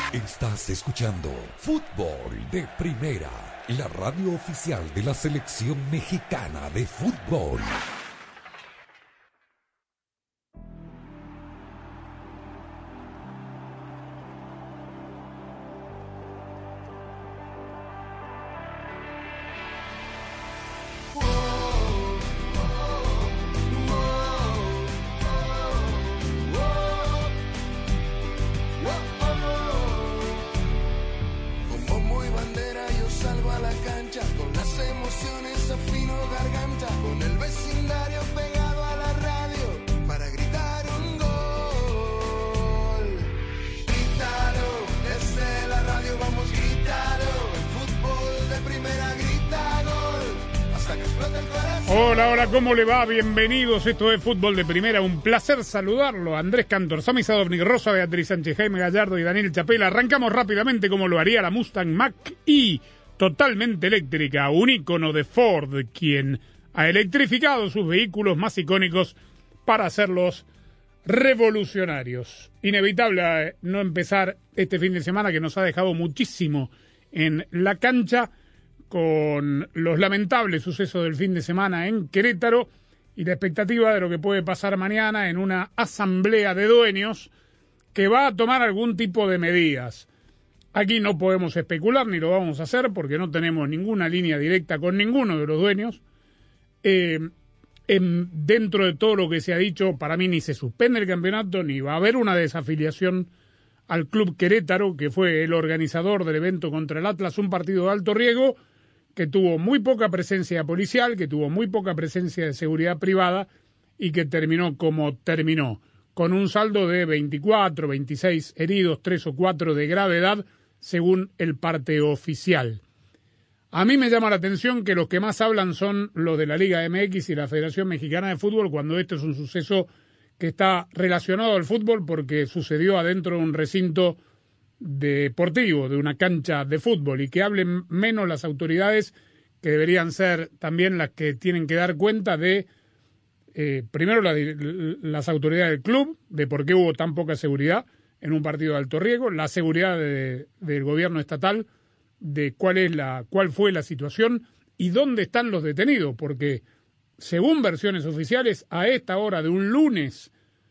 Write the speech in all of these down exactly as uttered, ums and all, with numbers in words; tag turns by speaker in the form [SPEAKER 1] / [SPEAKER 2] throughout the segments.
[SPEAKER 1] Estás escuchando Fútbol de Primera, la radio oficial de la selección mexicana de fútbol.
[SPEAKER 2] Hola, hola, ¿cómo le va? Bienvenidos, esto es Fútbol de Primera, un placer saludarlo. Andrés Cantor, Sami Sadovnik, Rosa Beatriz Sánchez, Jaime Gallardo y Daniel Chapela. Arrancamos rápidamente como lo haría la Mustang Mach-E, totalmente eléctrica, un ícono de Ford, quien ha electrificado sus vehículos más icónicos para hacerlos revolucionarios. Inevitable no empezar este fin de semana que nos ha dejado muchísimo en la cancha, con los lamentables sucesos del fin de semana en Querétaro y la expectativa de lo que puede pasar mañana en una asamblea de dueños que va a tomar algún tipo de medidas. Aquí no podemos especular ni lo vamos a hacer porque no tenemos ninguna línea directa con ninguno de los dueños. Eh, en, dentro de todo lo que se ha dicho, para mí ni se suspende el campeonato ni va a haber una desafiliación al Club Querétaro, que fue el organizador del evento contra el Atlas, un partido de alto riesgo que tuvo muy poca presencia policial, que tuvo muy poca presencia de seguridad privada y que terminó como terminó, con un saldo de veinticuatro, veintiséis heridos, tres o cuatro de gravedad, según el parte oficial. A mí me llama la atención que los que más hablan son los de la Liga M X y la Federación Mexicana de Fútbol, cuando este es un suceso que está relacionado al fútbol porque sucedió adentro de un recinto deportivo, de una cancha de fútbol, y que hablen menos las autoridades, que deberían ser también las que tienen que dar cuenta de, eh, primero la, las autoridades del club, de por qué hubo tan poca seguridad en un partido de alto riesgo, la seguridad de, del gobierno estatal, de cuál es la, cuál fue la situación y dónde están los detenidos, porque según versiones oficiales, a esta hora de un lunes,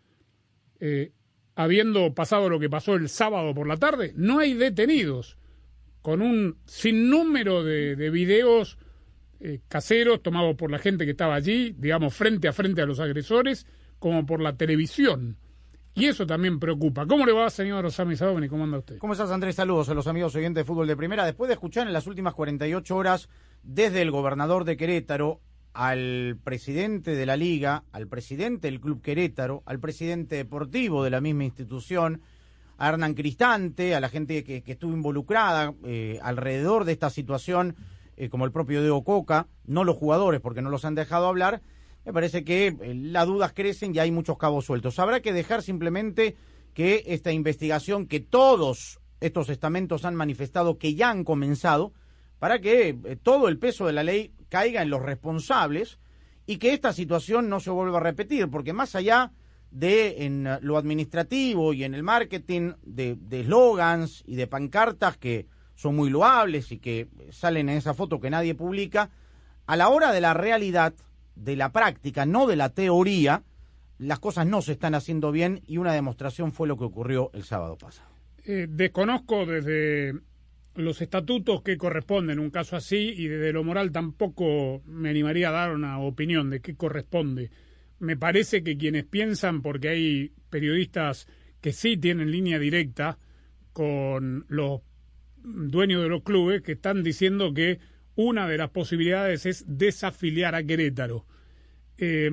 [SPEAKER 2] eh, habiendo pasado lo que pasó el sábado por la tarde, no hay detenidos, con un sinnúmero de, de videos eh, caseros tomados por la gente que estaba allí, digamos, frente a frente a los agresores, como por la televisión. Y eso también preocupa. ¿Cómo le va, señor Sami Sadovnik? ¿Cómo anda usted?
[SPEAKER 3] ¿Cómo estás, Andrés? Saludos a los amigos oyentes de Fútbol de Primera. Después de escuchar en las últimas cuarenta y ocho horas, desde el gobernador de Querétaro, al presidente de la Liga, al presidente del Club Querétaro, al presidente deportivo de la misma institución, a Hernán Cristante, a la gente que, que estuvo involucrada eh, alrededor de esta situación, eh, como el propio Diego Coca, no los jugadores porque no los han dejado hablar. Me parece que eh, las dudas crecen y hay muchos cabos sueltos. Habrá que dejar simplemente que esta investigación, que todos estos estamentos han manifestado que ya han comenzado, para que eh, todo el peso de la ley caiga en los responsables y que esta situación no se vuelva a repetir, porque más allá de en lo administrativo y en el marketing de eslogans y de pancartas que son muy loables y que salen en esa foto que nadie publica, a la hora de la realidad, de la práctica, no de la teoría, las cosas no se están haciendo bien y una demostración fue lo que ocurrió el sábado pasado.
[SPEAKER 2] Eh, desconozco desde los estatutos que corresponden en un caso así y desde lo moral tampoco me animaría a dar una opinión de qué corresponde. Me parece que quienes piensan, porque hay periodistas que sí tienen línea directa con los dueños de los clubes, que están diciendo que una de las posibilidades es desafiliar a Querétaro. Eh,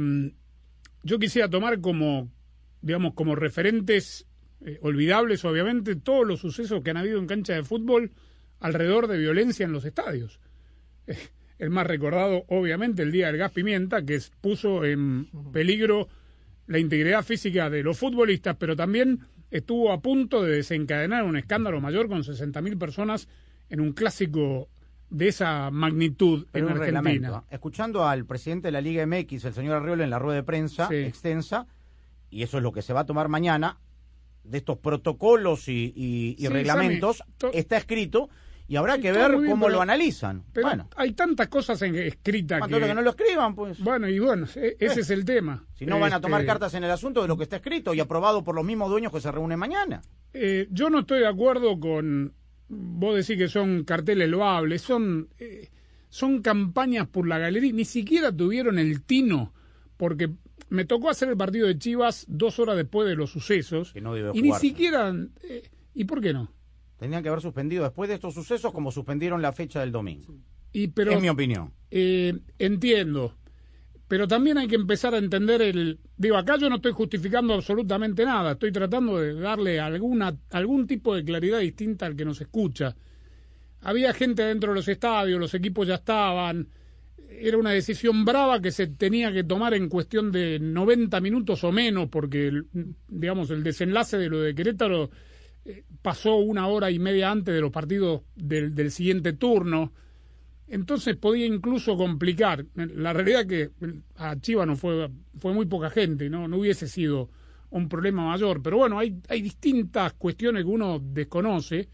[SPEAKER 2] yo quisiera tomar como, digamos, como referentes eh, olvidables, obviamente, todos los sucesos que han habido en cancha de fútbol alrededor de violencia en los estadios. Eh, el más recordado, obviamente, el día del gas pimienta, que puso en peligro la integridad física de los futbolistas, pero también estuvo a punto de desencadenar un escándalo mayor con sesenta mil personas en un clásico de esa magnitud
[SPEAKER 3] Pero
[SPEAKER 2] en Argentina.
[SPEAKER 3] Reglamento. Escuchando al presidente de la Liga M X, el señor Arriola, en la rueda de prensa
[SPEAKER 2] sí.
[SPEAKER 3] extensa, y eso es lo que se va a tomar mañana, de estos protocolos y, y, y sí, reglamentos Sammy, to... está escrito y habrá que ver bien, cómo pero, lo analizan.
[SPEAKER 2] Pero
[SPEAKER 3] bueno.
[SPEAKER 2] hay tantas cosas en, escritas que...
[SPEAKER 3] que no lo escriban, pues.
[SPEAKER 2] Bueno, y bueno, ese eh. es el tema.
[SPEAKER 3] Si no, este... van a tomar cartas en el asunto de lo que está escrito y aprobado por los mismos dueños que se reúnen mañana.
[SPEAKER 2] Eh, yo no estoy de acuerdo con... Vos decís que son carteles loables, son, eh, son campañas por la galería, ni siquiera tuvieron el tino, porque me tocó hacer el partido de Chivas dos horas después de los sucesos,
[SPEAKER 3] que no debe
[SPEAKER 2] y
[SPEAKER 3] jugarse.
[SPEAKER 2] Ni siquiera... Eh, ¿Y por qué no?
[SPEAKER 3] Tenían que haber suspendido después de estos sucesos como suspendieron la fecha del domingo.
[SPEAKER 2] Y pero,
[SPEAKER 3] es mi opinión.
[SPEAKER 2] Eh, entiendo, pero también hay que empezar a entender el... Digo, acá yo no estoy justificando absolutamente nada, estoy tratando de darle alguna algún tipo de claridad distinta al que nos escucha. Había gente dentro de los estadios, los equipos ya estaban, era una decisión brava que se tenía que tomar en cuestión de noventa minutos o menos, porque, el, digamos, el desenlace de lo de Querétaro eh, pasó una hora y media antes de los partidos del, del siguiente turno. Entonces podía incluso complicar. La realidad es que a Chivas no fue, fue muy poca gente, no, no hubiese sido un problema mayor. Pero bueno, hay, hay distintas cuestiones que uno desconoce.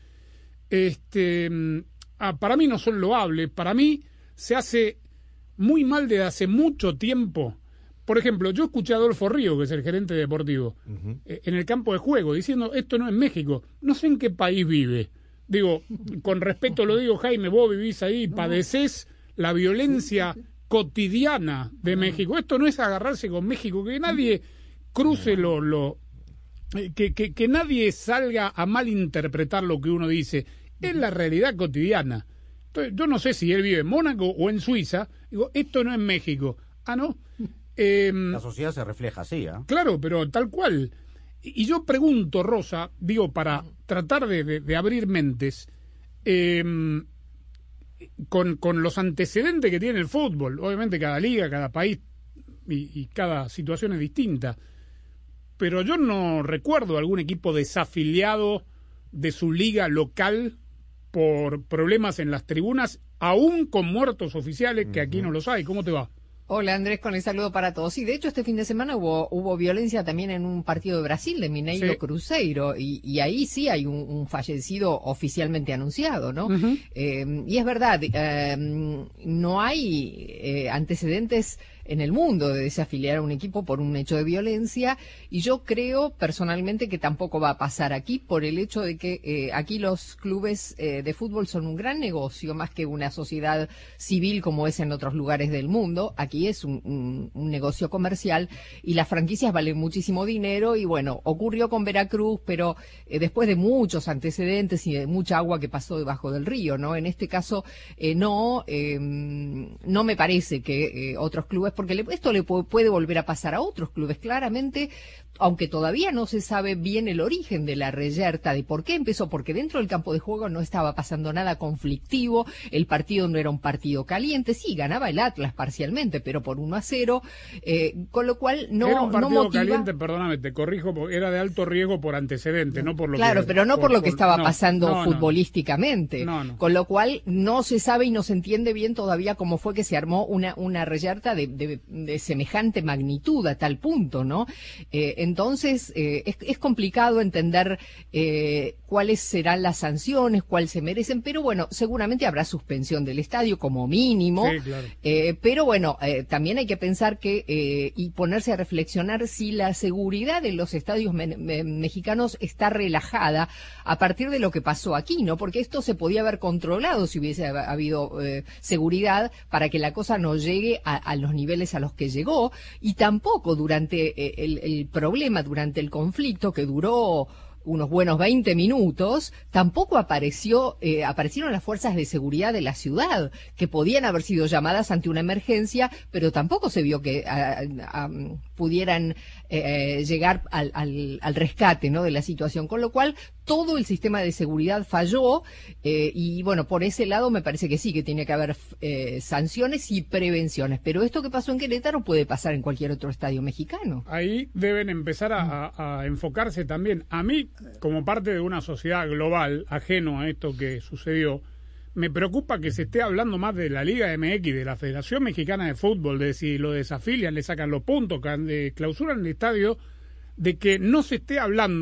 [SPEAKER 2] Este, ah, para mí no son loables. Para mí se hace muy mal desde hace mucho tiempo. Por ejemplo, yo escuché a Adolfo Río, que es el gerente deportivo, uh-huh. eh, en el campo de juego, diciendo, esto no es México. No sé en qué país vive. Digo, con respeto lo digo, Jaime, vos vivís ahí, padecés la violencia cotidiana de México. Esto no es agarrarse con México, que nadie cruce lo... lo que, que, que nadie salga a malinterpretar lo que uno dice. Es la realidad cotidiana. Entonces, yo no sé si él vive en Mónaco o en Suiza. Digo, esto no es México. Ah, ¿no? Eh,
[SPEAKER 3] la sociedad se refleja así, ¿eh?
[SPEAKER 2] Claro, pero tal cual. Y yo pregunto, Rosa, digo, para tratar de, de, de abrir mentes, eh, con, con los antecedentes que tiene el fútbol, obviamente cada liga, cada país y, y cada situación es distinta, pero yo no recuerdo algún equipo desafiliado de su liga local por problemas en las tribunas, aún con muertos oficiales, que aquí no los hay. ¿Cómo te va?
[SPEAKER 4] Hola Andrés, con el saludo para todos. Sí, de hecho este fin de semana hubo hubo violencia también en un partido de Brasil, de Mineiro sí. Cruzeiro, y, y ahí sí hay un, un fallecido oficialmente anunciado, ¿no? Uh-huh. Eh, y es verdad, eh, no hay eh, antecedentes en el mundo de desafiliar a un equipo por un hecho de violencia, y yo creo personalmente que tampoco va a pasar aquí por el hecho de que eh, aquí los clubes eh, de fútbol son un gran negocio, más que una sociedad civil como es en otros lugares del mundo. Aquí es un, un, un negocio comercial y las franquicias valen muchísimo dinero, y bueno, ocurrió con Veracruz, pero eh, después de muchos antecedentes y de mucha agua que pasó debajo del río, ¿no? En este caso eh, no, eh, no me parece que eh, otros clubes, porque le, esto le puede, puede volver a pasar a otros clubes, claramente, aunque todavía no se sabe bien el origen de la reyerta, de por qué empezó, porque dentro del campo de juego no estaba pasando nada conflictivo, el partido no era un partido caliente, sí, ganaba el Atlas parcialmente, pero por uno a cero, eh, con lo cual no
[SPEAKER 2] Era un partido
[SPEAKER 4] no motiva...
[SPEAKER 2] caliente, perdóname, te corrijo, era de alto riesgo por antecedente, no, no por lo
[SPEAKER 4] claro,
[SPEAKER 2] que...
[SPEAKER 4] Claro, pero no por, por lo que estaba
[SPEAKER 2] no,
[SPEAKER 4] pasando
[SPEAKER 2] no,
[SPEAKER 4] futbolísticamente,
[SPEAKER 2] no, no.
[SPEAKER 4] Con lo cual no se sabe y no se entiende bien todavía cómo fue que se armó una, una reyerta de, de, de semejante magnitud a tal punto, ¿no? Eh, entonces, eh, es, es complicado entender eh, cuáles serán las sanciones, cuáles se merecen, pero bueno, seguramente habrá suspensión del estadio como mínimo,
[SPEAKER 2] sí, claro.
[SPEAKER 4] eh, pero bueno, eh, también hay que pensar que eh, y ponerse a reflexionar si la seguridad de los estadios me, me, mexicanos está relajada a partir de lo que pasó aquí, ¿no? Porque esto se podía haber controlado si hubiese habido eh, seguridad para que la cosa no llegue a, a los niveles a los que llegó, y tampoco durante eh, el, el problema, durante el conflicto que duró unos buenos veinte minutos, tampoco apareció, eh, aparecieron las fuerzas de seguridad de la ciudad, que podían haber sido llamadas ante una emergencia, pero tampoco se vio que a, a, pudieran eh, llegar al, al, al rescate, ¿no?, de la situación, con lo cual todo el sistema de seguridad falló, eh, y bueno, por ese lado me parece que sí, que tiene que haber eh, sanciones y prevenciones, pero esto que pasó en Querétaro puede pasar en cualquier otro estadio mexicano.
[SPEAKER 2] Ahí deben empezar a, a, a enfocarse también. A mí, como parte de una sociedad global, ajeno a esto que sucedió, me preocupa que se esté hablando más de la Liga M X, de la Federación Mexicana de Fútbol, de si lo desafilian, le sacan los puntos, de clausuran el estadio, de que no se esté hablando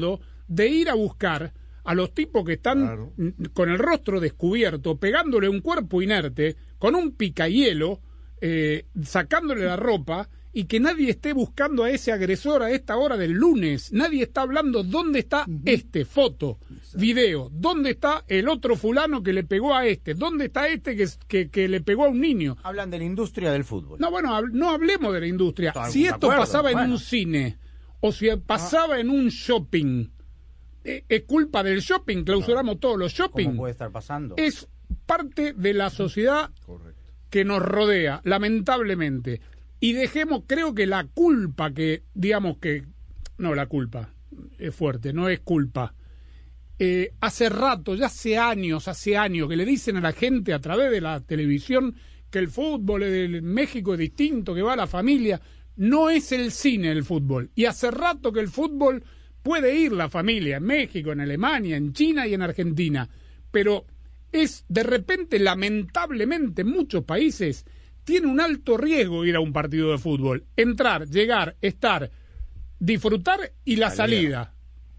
[SPEAKER 2] de ir a buscar a los tipos que están claro. con el rostro descubierto, pegándole un cuerpo inerte, con un picahielo, eh, sacándole la ropa, y que nadie esté buscando a ese agresor a esta hora del lunes. Nadie está hablando dónde está uh-huh. este, foto, Exacto. video, dónde está el otro fulano que le pegó a este, dónde está este que, que, que le pegó a un niño.
[SPEAKER 3] Hablan de la industria del fútbol.
[SPEAKER 2] No, bueno, no hablemos de la industria. Si esto acuerdo? pasaba bueno. en un cine, o si pasaba ah. en un shopping, es culpa del shopping, clausuramos no. todos los shopping.
[SPEAKER 3] ¿Cómo puede estar pasando?
[SPEAKER 2] Es parte de la sociedad Correcto. que nos rodea, lamentablemente. Y dejemos, creo que la culpa que, digamos que, no, la culpa, es fuerte, no es culpa. Eh, hace rato, ya hace años, hace años, que le dicen a la gente a través de la televisión que el fútbol de México es distinto, que va a la familia. No es el cine el fútbol. Y hace rato que el fútbol puede ir la familia en México, en Alemania, en China y en Argentina. Pero es, de repente, lamentablemente, en muchos países tiene un alto riesgo ir a un partido de fútbol. Entrar, llegar, estar, disfrutar y la salida.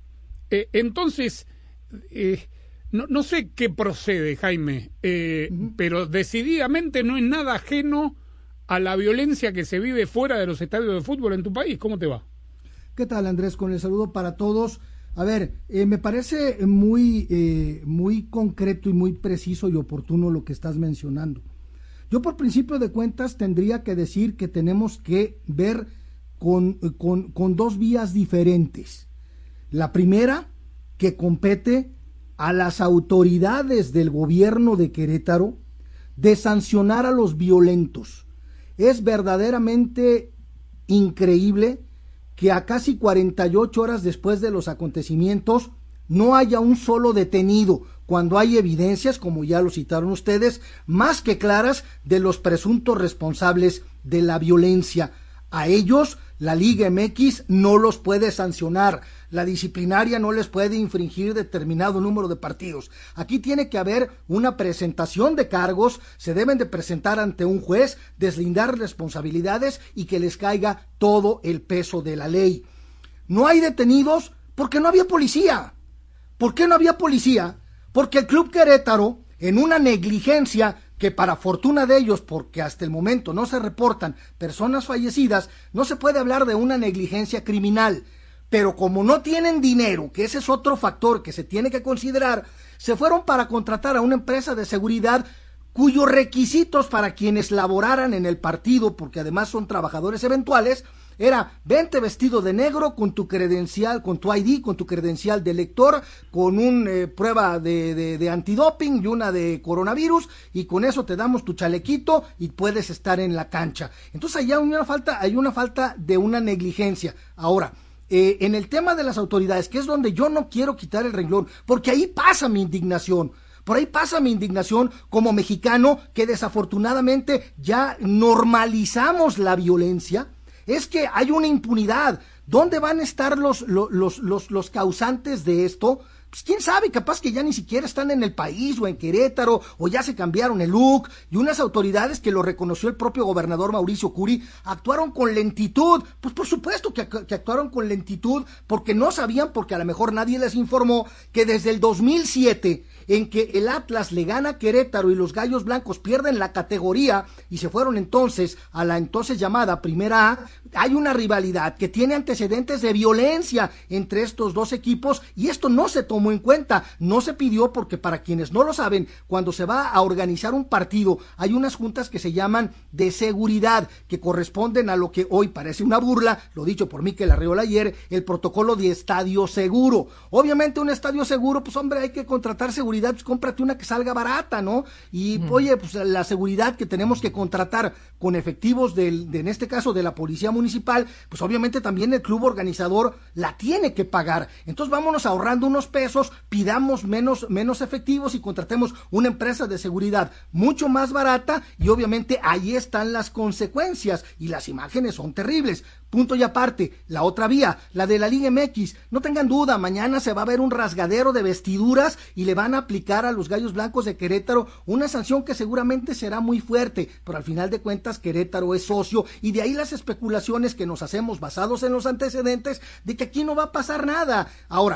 [SPEAKER 2] Eh, entonces, eh, no, no sé qué procede, Jaime, eh, uh-huh. pero decididamente no es nada ajeno a la violencia que se vive fuera de los estadios de fútbol en tu país. ¿Cómo te va?
[SPEAKER 5] ¿Qué tal, Andrés? Con el saludo para todos. A ver, eh, me parece muy, eh, muy concreto y muy preciso y oportuno lo que estás mencionando. Yo por principio de cuentas tendría que decir que tenemos que ver con, con, con dos vías diferentes. La primera, que compete a las autoridades del gobierno de Querétaro de sancionar a los violentos. Es verdaderamente increíble que a casi cuarenta y ocho horas después de los acontecimientos no haya un solo detenido, cuando hay evidencias, como ya lo citaron ustedes, más que claras de los presuntos responsables de la violencia. A ellos la Liga M X no los puede sancionar, la disciplinaria no les puede infringir determinado número de partidos. Aquí tiene que haber una presentación de cargos, se deben de presentar ante un juez, deslindar responsabilidades y que les caiga todo el peso de la ley. No hay detenidos porque no había policía. ¿Por qué no había policía? Porque el Club Querétaro, en una negligencia que para fortuna de ellos, porque hasta el momento no se reportan personas fallecidas, no se puede hablar de una negligencia criminal. Pero como no tienen dinero, que ese es otro factor que se tiene que considerar, se fueron para contratar a una empresa de seguridad cuyos requisitos para quienes laboraran en el partido, porque además son trabajadores eventuales, era vente vestido de negro con tu credencial, con tu I D, con tu credencial de lector, con una eh, prueba de, de, de antidoping y una de coronavirus, y con eso te damos tu chalequito y puedes estar en la cancha. Entonces hay una falta, hay una falta de una negligencia. Ahora, eh, en el tema de las autoridades, que es donde yo no quiero quitar el renglón, porque ahí pasa mi indignación. Por ahí pasa mi indignación como mexicano, que desafortunadamente ya normalizamos la violencia. Es que hay una impunidad. ¿Dónde van a estar los, los, los, los causantes de esto? Pues quién sabe, capaz que ya ni siquiera están en el país o en Querétaro, o ya se cambiaron el look, y unas autoridades que lo reconoció el propio gobernador Mauricio Curi, actuaron con lentitud. Pues por supuesto que, que actuaron con lentitud, porque no sabían, porque a lo mejor nadie les informó, que desde el dos mil siete, en que el Atlas le gana a Querétaro y los Gallos Blancos pierden la categoría y se fueron entonces a la entonces llamada Primera A, hay una rivalidad que tiene antecedentes de violencia entre estos dos equipos, y esto no se tomó en cuenta, no se pidió, porque para quienes no lo saben, cuando se va a organizar un partido hay unas juntas que se llaman de seguridad, que corresponden a lo que hoy parece una burla, lo dicho por Mikel Arreola ayer, el protocolo de estadio seguro. Obviamente un estadio seguro, pues hombre, hay que contratar seguridad, pues cómprate una que salga barata, ¿no? Y mm. oye, pues la seguridad que tenemos que contratar con efectivos del, de, en este caso de la policía municipal, pues obviamente también el club organizador la tiene que pagar. Entonces vámonos ahorrando unos pesos, pidamos menos, menos efectivos y contratemos una empresa de seguridad mucho más barata, y obviamente ahí están las consecuencias, y las imágenes son terribles. Punto y aparte, la otra vía, la de la Liga M X, no tengan duda, mañana se va a ver un rasgadero de vestiduras y le van a aplicar a los Gallos Blancos de Querétaro una sanción que seguramente será muy fuerte, pero al final de cuentas Querétaro es socio, y de ahí las especulaciones que nos hacemos basados en los antecedentes de que aquí no va a pasar nada. Ahora,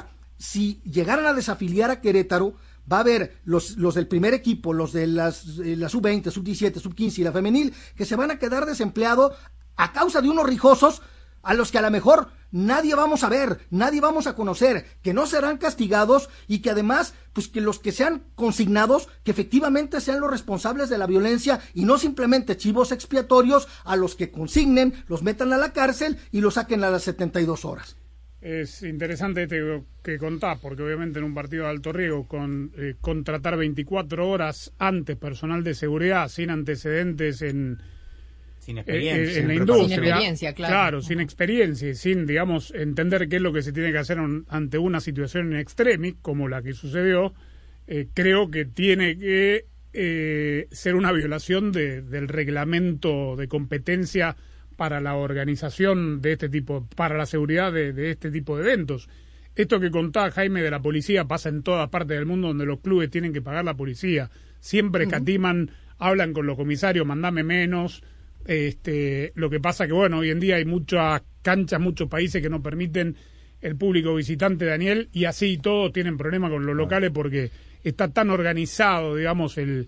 [SPEAKER 5] si llegaran a desafiliar a Querétaro, va a haber los, los del primer equipo, los de las, eh, la sub veinte, sub diecisiete, sub quince y la femenil, que se van a quedar desempleados a causa de unos rijosos a los que a lo mejor nadie vamos a ver, nadie vamos a conocer, que no serán castigados y que además, pues que los que sean consignados, que efectivamente sean los responsables de la violencia y no simplemente chivos expiatorios a los que consignen, los metan a la cárcel y los saquen a las setenta y dos horas.
[SPEAKER 2] Es interesante este que contás, porque obviamente en un partido de alto riesgo, con eh, contratar veinticuatro horas antes personal de seguridad, sin antecedentes en...
[SPEAKER 3] Sin experiencia.
[SPEAKER 2] En, en la industria.
[SPEAKER 4] Sin experiencia, claro.
[SPEAKER 2] Claro, sin experiencia y sin, digamos, entender qué es lo que se tiene que hacer un, ante una situación en extremis, como la que sucedió, eh, creo que tiene que eh, ser una violación de, del reglamento de competencia para la organización de este tipo, para la seguridad de, de este tipo de eventos. Esto que contaba Jaime de la policía pasa en todas partes del mundo donde los clubes tienen que pagar la policía. Siempre escatiman, uh-huh. hablan con los comisarios, mandame menos... Este, lo que pasa que bueno, hoy en día hay muchas canchas, muchos países que no permiten el público visitante, Daniel, y así todos tienen problemas con los locales porque está tan organizado, digamos, el,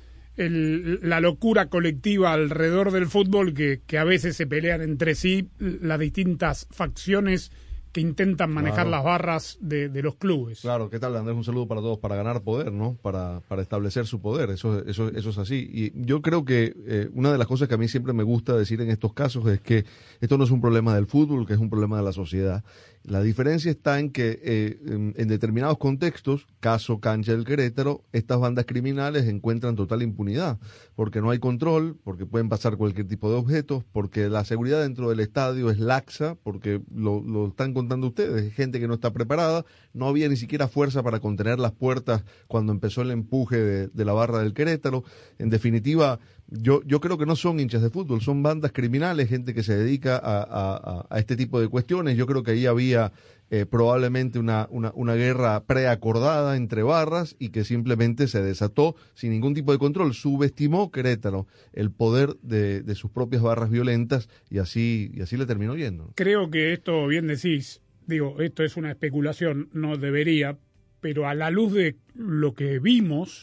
[SPEAKER 2] el la locura colectiva alrededor del fútbol que, que a veces se pelean entre sí las distintas facciones que intentan manejar claro. las barras de, de los clubes.
[SPEAKER 6] Claro, ¿qué tal, Andrés? Un saludo para todos, para ganar poder, ¿no? Para, para establecer su poder, eso, eso, eso es así. Y yo creo que eh, una de las cosas que a mí siempre me gusta decir en estos casos es que esto no es un problema del fútbol, que es un problema de la sociedad. La diferencia está en que eh, en, en determinados contextos, caso cancha del Querétaro, estas bandas criminales encuentran total impunidad, porque no hay control, porque pueden pasar cualquier tipo de objetos, porque la seguridad dentro del estadio es laxa, porque lo, lo están contando ustedes, gente que no está preparada, no había ni siquiera fuerza para contener las puertas cuando empezó el empuje de, de la barra del Querétaro. En definitiva, Yo, yo creo que no son hinchas de fútbol, son bandas criminales, gente que se dedica a, a, a este tipo de cuestiones. Yo creo que ahí había eh, probablemente una, una, una guerra preacordada entre barras y que simplemente se desató sin ningún tipo de control. Subestimó Querétaro el poder de, de sus propias barras violentas y así, y así le terminó yendo.
[SPEAKER 2] Creo que esto, bien decís, digo, esto es una especulación, no debería, pero a la luz de lo que vimos...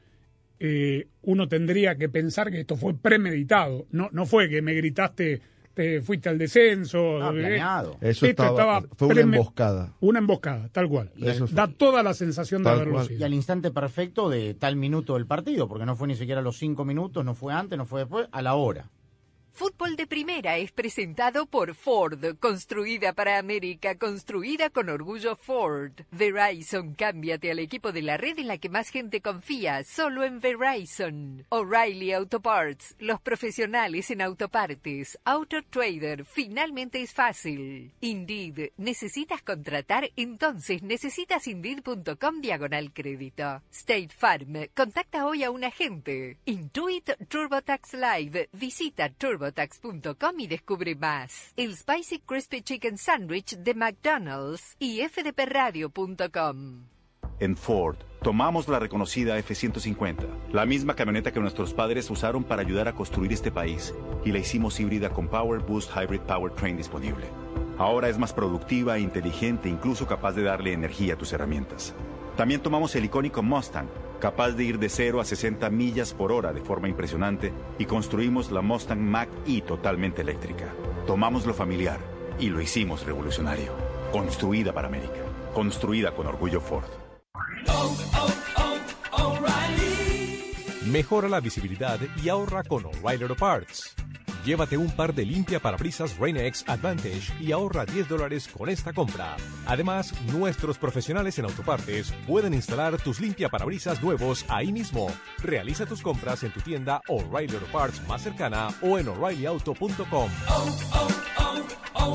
[SPEAKER 2] Eh, uno tendría que pensar que esto fue premeditado, no no fue que me gritaste, te fuiste al descenso.
[SPEAKER 3] No, planeado.
[SPEAKER 6] Eso estaba, estaba fue una preme- emboscada.
[SPEAKER 2] Una emboscada, tal cual. Eso da fue. Toda la sensación tal de haberlo sido.
[SPEAKER 3] Y al instante perfecto de tal minuto del partido, porque no fue ni siquiera a los cinco minutos, no fue antes, no fue después, a la hora.
[SPEAKER 7] Fútbol de Primera es presentado por Ford, construida para América, construida con orgullo Ford. Verizon, cámbiate al equipo de la red en la que más gente confía, solo en Verizon. O'Reilly Auto Parts, los profesionales en autopartes. Auto Trader, finalmente es fácil. Indeed, ¿necesitas contratar? Entonces necesitas Indeed.com diagonal crédito. State Farm, contacta hoy a un agente. Intuit TurboTax Live, visita Turbo Tax punto com y descubre más. El Spicy Crispy Chicken Sandwich de McDonald's y F D P radio punto com.
[SPEAKER 8] En Ford, tomamos la reconocida F ciento cincuenta, la misma camioneta que nuestros padres usaron para ayudar a construir este país, y la hicimos híbrida con Power Boost Hybrid Powertrain disponible. Ahora es más productiva e inteligente, incluso capaz de darle energía a tus herramientas. También tomamos el icónico Mustang, capaz de ir de cero a sesenta millas por hora de forma impresionante, y construimos la Mustang Mach-E totalmente eléctrica. Tomamos lo familiar y lo hicimos revolucionario. Construida para América. Construida con orgullo Ford.
[SPEAKER 9] Oh, oh, oh, O'Reilly. Mejora la visibilidad y ahorra con O'Reilly Auto Parts. Llévate un par de limpia parabrisas Rain-X Advantage y ahorra diez dólares con esta compra. Además, nuestros profesionales en autopartes pueden instalar tus limpia parabrisas nuevos ahí mismo. Realiza tus compras en tu tienda O'Reilly Auto Parts más cercana o en O'Reilly Auto punto com.
[SPEAKER 10] Oh, oh, oh,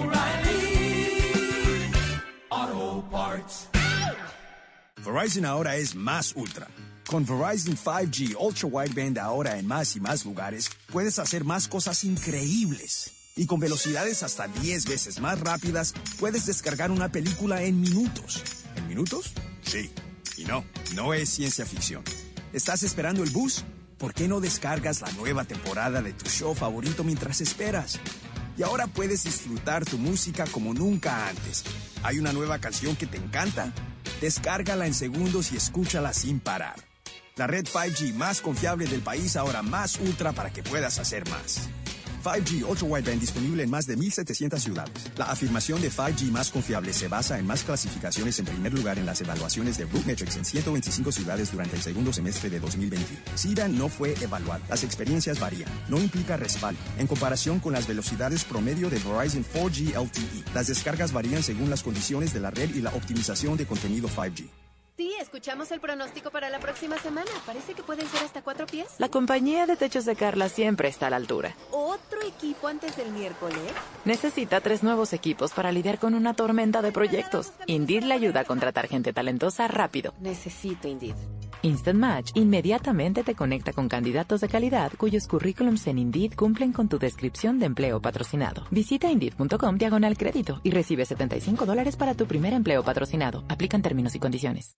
[SPEAKER 10] O'Reilly Auto Parts.
[SPEAKER 11] Verizon ahora es más ultra. Con Verizon cinco G Ultra Wideband ahora en más y más lugares, puedes hacer más cosas increíbles. Y con velocidades hasta diez veces más rápidas, puedes descargar una película en minutos. ¿En minutos? Sí. Y no, no es ciencia ficción. ¿Estás esperando el bus? ¿Por qué no descargas la nueva temporada de tu show favorito mientras esperas? Y ahora puedes disfrutar tu música como nunca antes. ¿Hay una nueva canción que te encanta? Descárgala en segundos y escúchala sin parar. La red cinco G más confiable del país, ahora más ultra para que puedas hacer más. cinco G Ultra Wideband disponible en más de mil setecientas ciudades. La afirmación de cinco G más confiable se basa en más clasificaciones en primer lugar en las evaluaciones de RootMetrics en ciento veinticinco ciudades durante el segundo semestre de dos mil veinte. C D A no fue evaluado. Las experiencias varían. No implica respaldo. En comparación con las velocidades promedio de Verizon cuatro G L T E, las descargas varían según las condiciones de la red y la optimización de contenido cinco G.
[SPEAKER 12] Sí, escuchamos el pronóstico para la próxima semana. Parece que pueden ser hasta cuatro pies.
[SPEAKER 13] La compañía de techos de Carla siempre está a la altura.
[SPEAKER 12] ¿Otro equipo antes del miércoles?
[SPEAKER 13] Necesita tres nuevos equipos para lidiar con una tormenta de proyectos. Indeed le ayuda a contratar gente talentosa rápido.
[SPEAKER 12] Necesito Indeed.
[SPEAKER 13] Instant Match inmediatamente te conecta con candidatos de calidad cuyos currículums en Indeed cumplen con tu descripción de empleo patrocinado. Visita Indeed.com diagonal crédito y recibe setenta y cinco dólares para tu primer empleo patrocinado. Aplican términos y condiciones.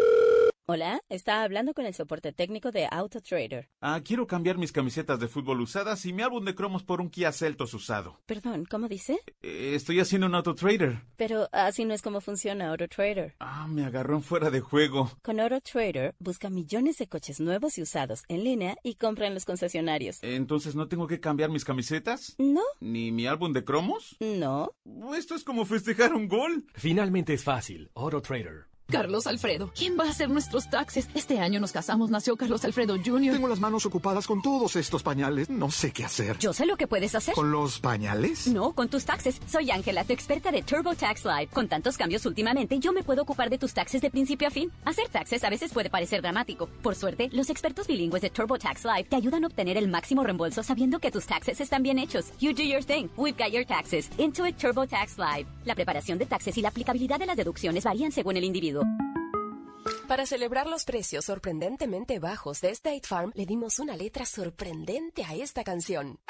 [SPEAKER 14] Hola, está hablando con el soporte técnico de AutoTrader.
[SPEAKER 15] Ah, quiero cambiar mis camisetas de fútbol usadas y mi álbum de cromos por un Kia Seltos usado.
[SPEAKER 14] Perdón, ¿cómo dice?
[SPEAKER 15] Eh, estoy haciendo un AutoTrader.
[SPEAKER 14] Pero así no es como funciona AutoTrader.
[SPEAKER 15] Ah, me agarró en fuera de juego.
[SPEAKER 14] Con AutoTrader, busca millones de coches nuevos y usados en línea y compra en los concesionarios.
[SPEAKER 15] Entonces, ¿no tengo que cambiar mis camisetas?
[SPEAKER 14] No.
[SPEAKER 15] ¿Ni mi álbum de cromos?
[SPEAKER 14] No.
[SPEAKER 15] Esto es como festejar un gol.
[SPEAKER 9] Finalmente es fácil. AutoTrader.
[SPEAKER 16] Carlos Alfredo, ¿quién va a hacer nuestros taxes? Este año nos casamos, nació Carlos Alfredo junior
[SPEAKER 17] Tengo las manos ocupadas con todos estos pañales. No sé qué hacer.
[SPEAKER 18] Yo sé lo que puedes hacer.
[SPEAKER 17] ¿Con los pañales?
[SPEAKER 18] No, con tus taxes. Soy Ángela, tu experta de TurboTax Live. Con tantos cambios últimamente, yo me puedo ocupar de tus taxes de principio a fin. Hacer taxes a veces puede parecer dramático. Por suerte, los expertos bilingües de TurboTax Live te ayudan a obtener el máximo reembolso sabiendo que tus taxes están bien hechos. You do your thing. We've got your taxes. Intuit TurboTax Live. La preparación de taxes y la aplicabilidad de las deducciones varían según el individuo.
[SPEAKER 19] Para celebrar los precios sorprendentemente bajos de State Farm, le dimos una letra sorprendente a esta canción.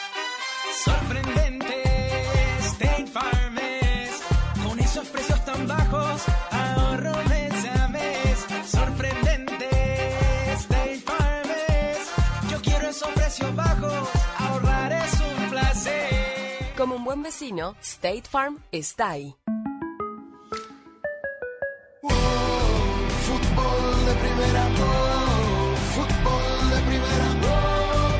[SPEAKER 10] Sorprendente, State Farm es. Con esos precios tan bajos, ahorro mes a mes. Sorprendente, State Farm es. Yo quiero esos precios bajos, ahorrar es un placer.
[SPEAKER 19] Como un buen vecino, State Farm está ahí.
[SPEAKER 10] Fútbol de primera, oh, fútbol de primera, oh,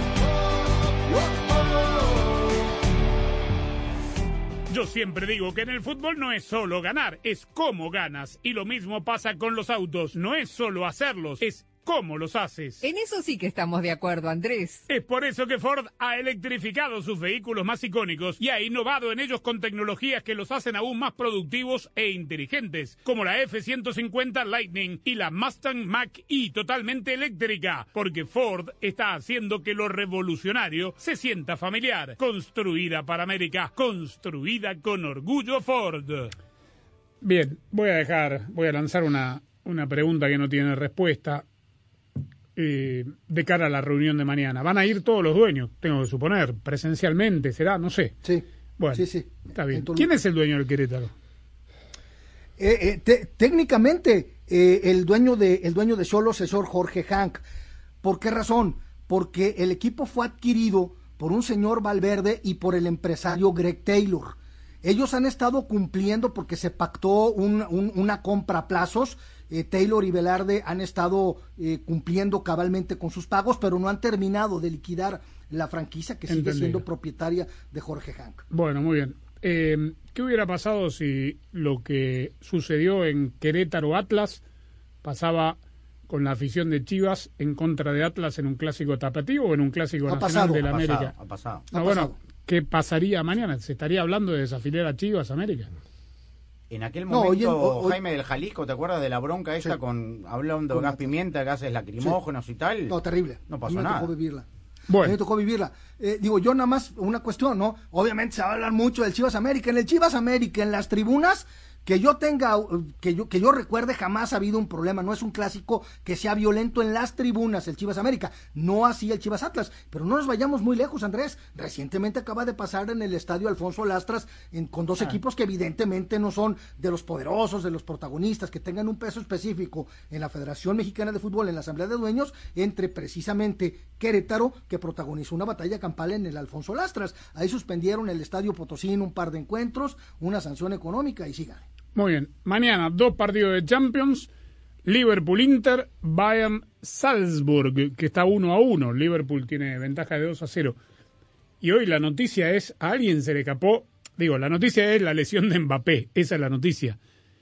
[SPEAKER 2] oh, oh. Yo siempre digo que en el fútbol no es solo ganar, es cómo ganas. Y lo mismo pasa con los autos, no es solo hacerlos, es cómo los haces.
[SPEAKER 4] En eso sí que estamos de acuerdo, Andrés.
[SPEAKER 2] Es por eso que Ford ha electrificado sus vehículos más icónicos y ha innovado en ellos con tecnologías que los hacen aún más productivos e inteligentes, como la F ciento cincuenta Lightning y la Mustang Mach-E totalmente eléctrica, porque Ford está haciendo que lo revolucionario se sienta familiar. Construida para América, construida con orgullo Ford. Bien, voy a dejar, voy a lanzar una, una pregunta que no tiene respuesta. Eh, de cara a la reunión de mañana. ¿Van a ir todos los dueños? Tengo que suponer, presencialmente, ¿será? No sé.
[SPEAKER 5] Sí.
[SPEAKER 2] Bueno,
[SPEAKER 5] sí, sí.
[SPEAKER 2] Está bien. ¿Quién es el dueño del Querétaro?
[SPEAKER 5] Eh, eh, te, técnicamente, eh, el dueño de el dueño de Xolos es Jorge Hank. ¿Por qué razón? Porque el equipo fue adquirido por un señor Valverde y por el empresario Greg Taylor. Ellos han estado cumpliendo porque se pactó un, un, una compra a plazos. Eh, Taylor y Velarde han estado eh, cumpliendo cabalmente con sus pagos, pero no han terminado de liquidar la franquicia que sigue
[SPEAKER 2] Entendido.
[SPEAKER 5] siendo propietaria de Jorge Hank.
[SPEAKER 2] Bueno, muy bien. Eh, ¿Qué hubiera pasado si lo que sucedió en Querétaro Atlas pasaba con la afición de Chivas en contra de Atlas en un clásico tapatío o en un clásico
[SPEAKER 3] Ha
[SPEAKER 2] nacional
[SPEAKER 3] pasado,
[SPEAKER 2] de la
[SPEAKER 3] ha
[SPEAKER 2] América?
[SPEAKER 3] pasado, ha pasado.
[SPEAKER 2] No,
[SPEAKER 3] Ha
[SPEAKER 2] bueno,
[SPEAKER 3] pasado.
[SPEAKER 2] ¿qué pasaría mañana? ¿Se estaría hablando de desafiliar a Chivas América?
[SPEAKER 3] En aquel
[SPEAKER 5] No,
[SPEAKER 3] momento,
[SPEAKER 5] hoy en- hoy-
[SPEAKER 3] Jaime del Jalisco, ¿te acuerdas de la bronca esta
[SPEAKER 5] Sí.
[SPEAKER 3] con hablando de
[SPEAKER 5] Con
[SPEAKER 3] gas
[SPEAKER 5] la-
[SPEAKER 3] pimienta, gases lacrimógenos y tal?
[SPEAKER 5] No, terrible.
[SPEAKER 3] No
[SPEAKER 5] A
[SPEAKER 3] pasó
[SPEAKER 5] mí me
[SPEAKER 3] nada.
[SPEAKER 5] tocó vivirla.
[SPEAKER 2] Bueno.
[SPEAKER 5] A mí me tocó vivirla. Eh, digo, yo nada más una cuestión, ¿no? Obviamente se va a hablar mucho del Chivas América. En el Chivas América, en las tribunas, que yo tenga, que yo, que yo recuerde, jamás ha habido un problema. No es un clásico que sea violento en las tribunas, el Chivas América. No así el Chivas Atlas. Pero no nos vayamos muy lejos, Andrés. Recientemente acaba de pasar en el estadio Alfonso Lastras en- con dos
[SPEAKER 2] Ah.
[SPEAKER 5] equipos que evidentemente no son de los poderosos, de los protagonistas, que tengan un peso específico en la Federación Mexicana de Fútbol, en la Asamblea de Dueños, entre precisamente Querétaro, que protagonizó una batalla campal en el Alfonso Lastras. Ahí suspendieron el estadio Potosí en un par de encuentros, una sanción económica y sigan.
[SPEAKER 2] Muy bien. Mañana, dos partidos de Champions. Liverpool-Inter, Bayern-Salzburg, que está uno a uno. Liverpool tiene ventaja de dos a cero. Y hoy la noticia es, a alguien se le escapó, digo, la noticia es la lesión de Mbappé, esa es la noticia.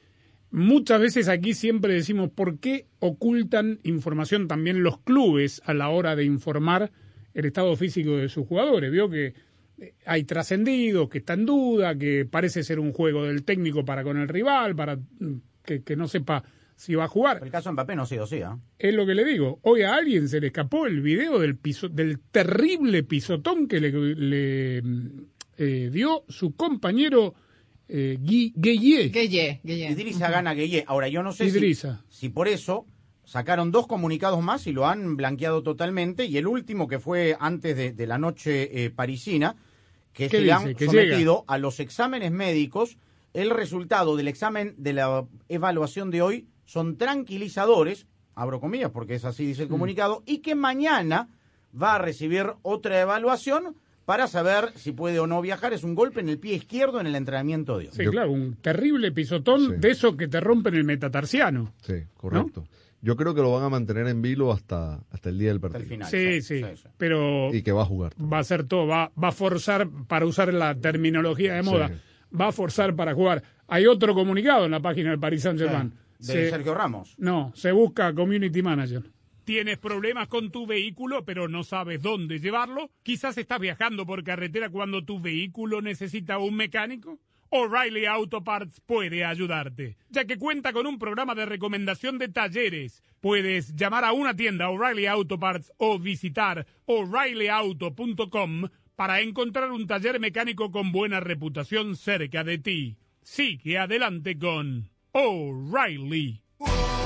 [SPEAKER 2] Muchas veces aquí siempre decimos, ¿por qué ocultan información también los clubes a la hora de informar el estado físico de sus jugadores? Vio que hay trascendidos, que está en duda, que parece ser un juego del técnico para con el rival, para que, que no sepa si va a jugar.
[SPEAKER 3] El caso de Mbappé no ha sido así, ¿eh?
[SPEAKER 2] Es lo que le digo. Hoy a alguien se le escapó el video del piso, del terrible pisotón que le, le eh, dio su compañero eh, Gueye.
[SPEAKER 4] Gueye, Gueye.
[SPEAKER 3] Idrissa Gana Gueye. Ahora, yo no sé
[SPEAKER 2] Idrissa.
[SPEAKER 3] si, si por eso sacaron dos comunicados más y lo han blanqueado totalmente, y el último que fue antes de, de la noche eh, parisina, que es que le han
[SPEAKER 2] que
[SPEAKER 3] sometido
[SPEAKER 2] llega?
[SPEAKER 3] a los exámenes médicos. El resultado del examen de la evaluación de hoy son tranquilizadores, abro comillas porque es así dice el comunicado, mm. y que mañana va a recibir otra evaluación para saber si puede o no viajar. Es un golpe en el pie izquierdo en el entrenamiento de hoy.
[SPEAKER 2] Sí, Yo... claro, un terrible pisotón sí. de esos que te rompen el metatarsiano.
[SPEAKER 6] Sí, correcto. ¿No? Yo creo que lo van a mantener en vilo hasta, hasta el día del partido.
[SPEAKER 3] Hasta el final.
[SPEAKER 2] Sí, sí, sí, sí, pero...
[SPEAKER 6] Y que va a jugar.
[SPEAKER 2] Va a hacer todo, va, va a forzar, para usar la terminología de moda, sí. va a forzar para jugar. Hay otro comunicado en la página del Paris Saint-Germain.
[SPEAKER 3] Sí. De se, Sergio Ramos.
[SPEAKER 2] No, se busca Community Manager. ¿Tienes problemas con tu vehículo pero no sabes dónde llevarlo? ¿Quizás estás viajando por carretera cuando tu vehículo necesita un mecánico? O'Reilly Auto Parts puede ayudarte, ya que cuenta con un programa de recomendación de talleres. Puedes llamar a una tienda O'Reilly Auto Parts o visitar o'Reilly auto punto com para encontrar un taller mecánico con buena reputación cerca de ti. Sigue adelante con O'Reilly.
[SPEAKER 10] Oh,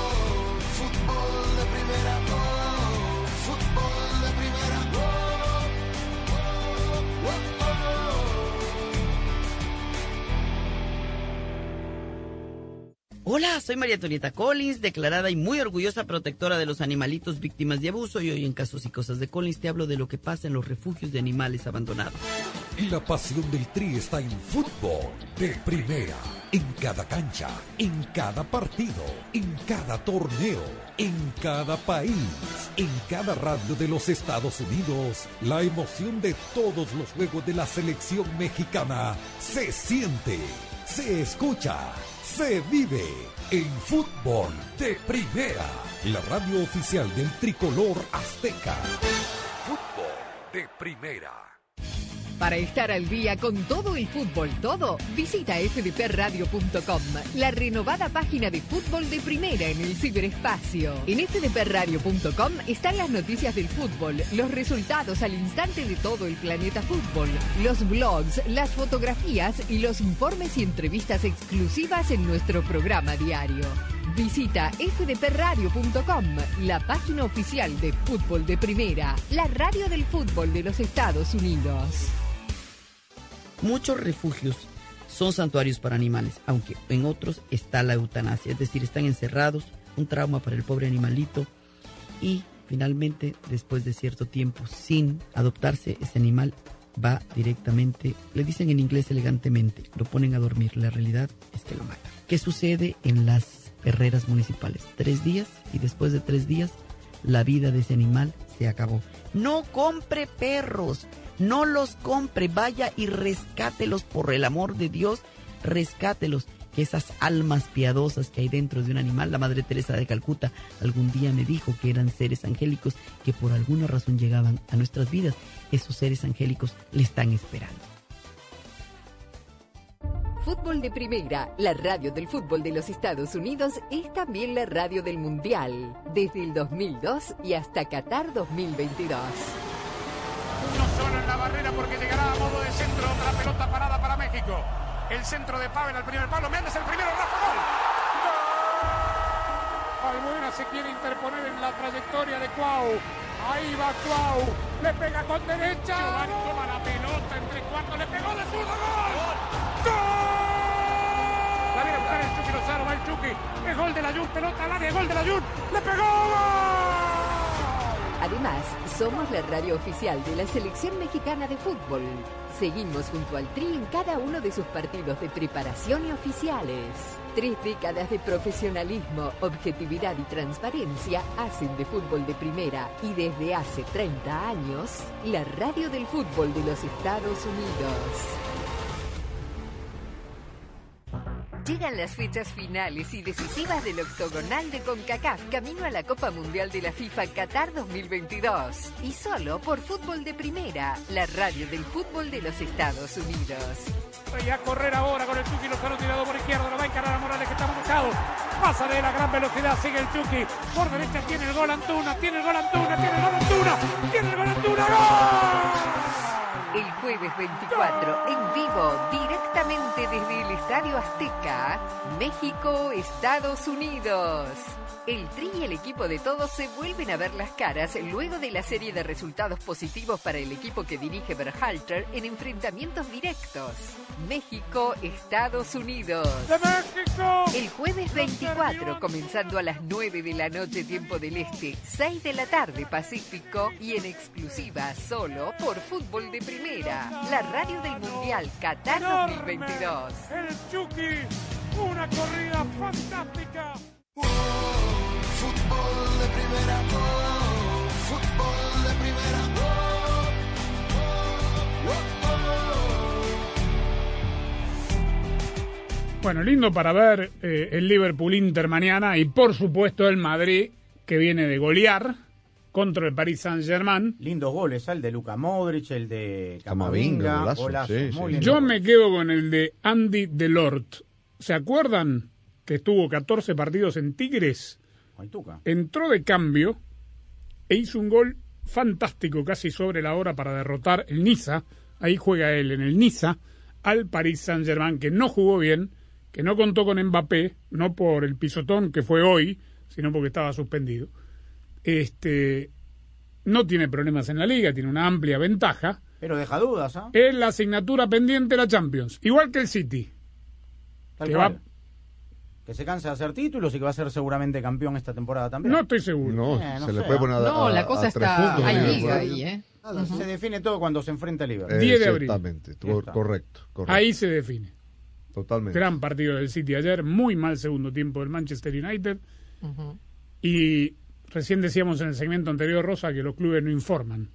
[SPEAKER 10] fútbol de primera, oh, fútbol de primera, oh, oh,
[SPEAKER 20] oh, oh. Hola, soy María Antonieta Collins, declarada y muy orgullosa protectora de los animalitos víctimas de abuso, y hoy en Casos y Cosas de Collins te hablo de lo que pasa en los refugios de animales abandonados.
[SPEAKER 1] La pasión del Tri está en fútbol de primera. En cada cancha, en cada partido, en cada torneo, en cada país, en cada radio de los Estados Unidos, la emoción de todos los juegos de la selección mexicana se siente, se escucha, se vive en fútbol de primera, la radio oficial del tricolor azteca. Fútbol de primera.
[SPEAKER 7] Para estar al día con todo el fútbol, todo, visita f d p radio punto com, la renovada página de fútbol de primera en el ciberespacio. En f d p radio punto com están las noticias del fútbol, los resultados al instante de todo el planeta fútbol, los blogs, las fotografías y los informes y entrevistas exclusivas en nuestro programa diario. Visita f d p radio punto com, la página oficial de fútbol de primera, la radio del fútbol de los Estados Unidos.
[SPEAKER 20] Muchos refugios son santuarios para animales, aunque en otros está la eutanasia, es decir, están encerrados, un trauma para el pobre animalito, y finalmente, después de cierto tiempo sin adoptarse, ese animal va directamente, le dicen en inglés elegantemente, lo ponen a dormir. La realidad es que lo matan. ¿Qué sucede en las perreras municipales? Tres días, y después de tres días, la vida de ese animal se acabó. No compre perros. No los compre, vaya y rescátelos, por el amor de Dios, rescátelos. Que esas almas piadosas que hay dentro de un animal, la Madre Teresa de Calcuta algún día me dijo que eran seres angélicos que por alguna razón llegaban a nuestras vidas. Esos seres angélicos le están esperando.
[SPEAKER 7] Fútbol de primera, la radio del fútbol de los Estados Unidos, es también la radio del Mundial, desde el dos mil dos y hasta Qatar dos mil veintidós.
[SPEAKER 2] Uno solo en la barrera porque llegará a modo de centro, otra pelota parada para México. El centro de Pavel al primer palo, Méndez el primero, Rafa, gol. ¡Gol! Albuena se quiere interponer en la trayectoria de Cuau. Ahí va Cuau, le pega con derecha. Giovanni toma la pelota entre cuartos, le pegó de zurda, ¡gol! ¡Gol! La viene a buscar el Chucky Lozano, va el Chucky. Es gol de la Jun, pelota al área, gol de la Jun, le pegó, ¡gol!
[SPEAKER 7] Además, somos la radio oficial de la Selección Mexicana de Fútbol. Seguimos junto al Tri en cada uno de sus partidos de preparación y oficiales. Tres décadas de profesionalismo, objetividad y transparencia hacen de Fútbol de Primera y desde hace treinta años, la radio del fútbol de los Estados Unidos. Llegan las fechas finales y decisivas del octogonal de CONCACAF camino a la Copa Mundial de la FIFA Qatar dos mil veintidós. Y solo por Fútbol de Primera, la radio del fútbol de los Estados Unidos.
[SPEAKER 2] Y a correr ahora con el Chucky Lozano tirado por izquierda, lo va a encarar a Morales que está marcado. Pasa de la gran velocidad, sigue el Chucky. Por derecha tiene el gol Antuna, tiene el gol Antuna, tiene el gol Antuna, tiene el gol Antuna, ¡gol!
[SPEAKER 7] El jueves veinticuatro, en vivo, directamente desde el Estadio Azteca, México, Estados Unidos. El Tri y el equipo de todos se vuelven a ver las caras luego de la serie de resultados positivos para el equipo que dirige Berhalter en enfrentamientos directos. México, Estados Unidos.
[SPEAKER 2] ¡De México!
[SPEAKER 7] El jueves veinticuatro, comenzando a las nueve de la noche, tiempo del Este, seis de la tarde, Pacífico, y en exclusiva solo por Fútbol de Primera, la radio del Mundial Qatar dos mil veintidós.
[SPEAKER 2] El Chucky, una corrida fantástica.
[SPEAKER 10] Oh, fútbol de primera, oh, fútbol de primera, oh,
[SPEAKER 2] oh, oh. Bueno, lindo para ver eh, el Liverpool-Inter mañana y por supuesto el Madrid que viene de golear contra el Paris Saint-Germain.
[SPEAKER 3] Lindos goles, el de Luka Modric, el de
[SPEAKER 6] Camavinga,
[SPEAKER 3] Camavinga,
[SPEAKER 6] golazo,
[SPEAKER 3] golazo,
[SPEAKER 6] sí,
[SPEAKER 3] muy
[SPEAKER 6] sí.
[SPEAKER 3] lindo
[SPEAKER 2] Yo
[SPEAKER 3] gol.
[SPEAKER 2] me quedo con el de Andy Delort. ¿Se acuerdan que estuvo catorce partidos en Tigres? Entró de cambio e hizo un gol fantástico casi sobre la hora para derrotar el Niza. Ahí juega él en el Niza al Paris Saint-Germain, que no jugó bien, que no contó con Mbappé, no por el pisotón que fue hoy, sino porque estaba suspendido. Este, no tiene problemas en la liga, tiene una amplia ventaja.
[SPEAKER 3] Pero deja dudas, ¿ah?
[SPEAKER 2] Es la asignatura pendiente de la Champions, igual que el City.
[SPEAKER 3] Tal
[SPEAKER 2] que
[SPEAKER 3] cual.
[SPEAKER 2] va
[SPEAKER 3] Que se cansa de hacer títulos y que va a ser seguramente campeón esta temporada también.
[SPEAKER 2] No estoy seguro.
[SPEAKER 6] No,
[SPEAKER 3] Eh, no
[SPEAKER 6] se
[SPEAKER 3] sé,
[SPEAKER 6] le puede poner a,
[SPEAKER 4] No,
[SPEAKER 6] a-
[SPEAKER 4] la cosa
[SPEAKER 6] a tres
[SPEAKER 4] está...
[SPEAKER 6] puntos,
[SPEAKER 4] Hay
[SPEAKER 6] ¿no?
[SPEAKER 4] liga ahí, ¿eh?
[SPEAKER 3] Nada, se define todo cuando se enfrenta a Liverpool.
[SPEAKER 2] diez de abril.
[SPEAKER 6] Exactamente,
[SPEAKER 3] Ya está.
[SPEAKER 6] correcto, correcto.
[SPEAKER 2] Ahí se define.
[SPEAKER 6] Totalmente.
[SPEAKER 2] Gran partido del City ayer, muy mal segundo tiempo del Manchester United.
[SPEAKER 4] Ujú.
[SPEAKER 2] Y recién decíamos en el segmento anterior, Rosa, que los clubes no informan.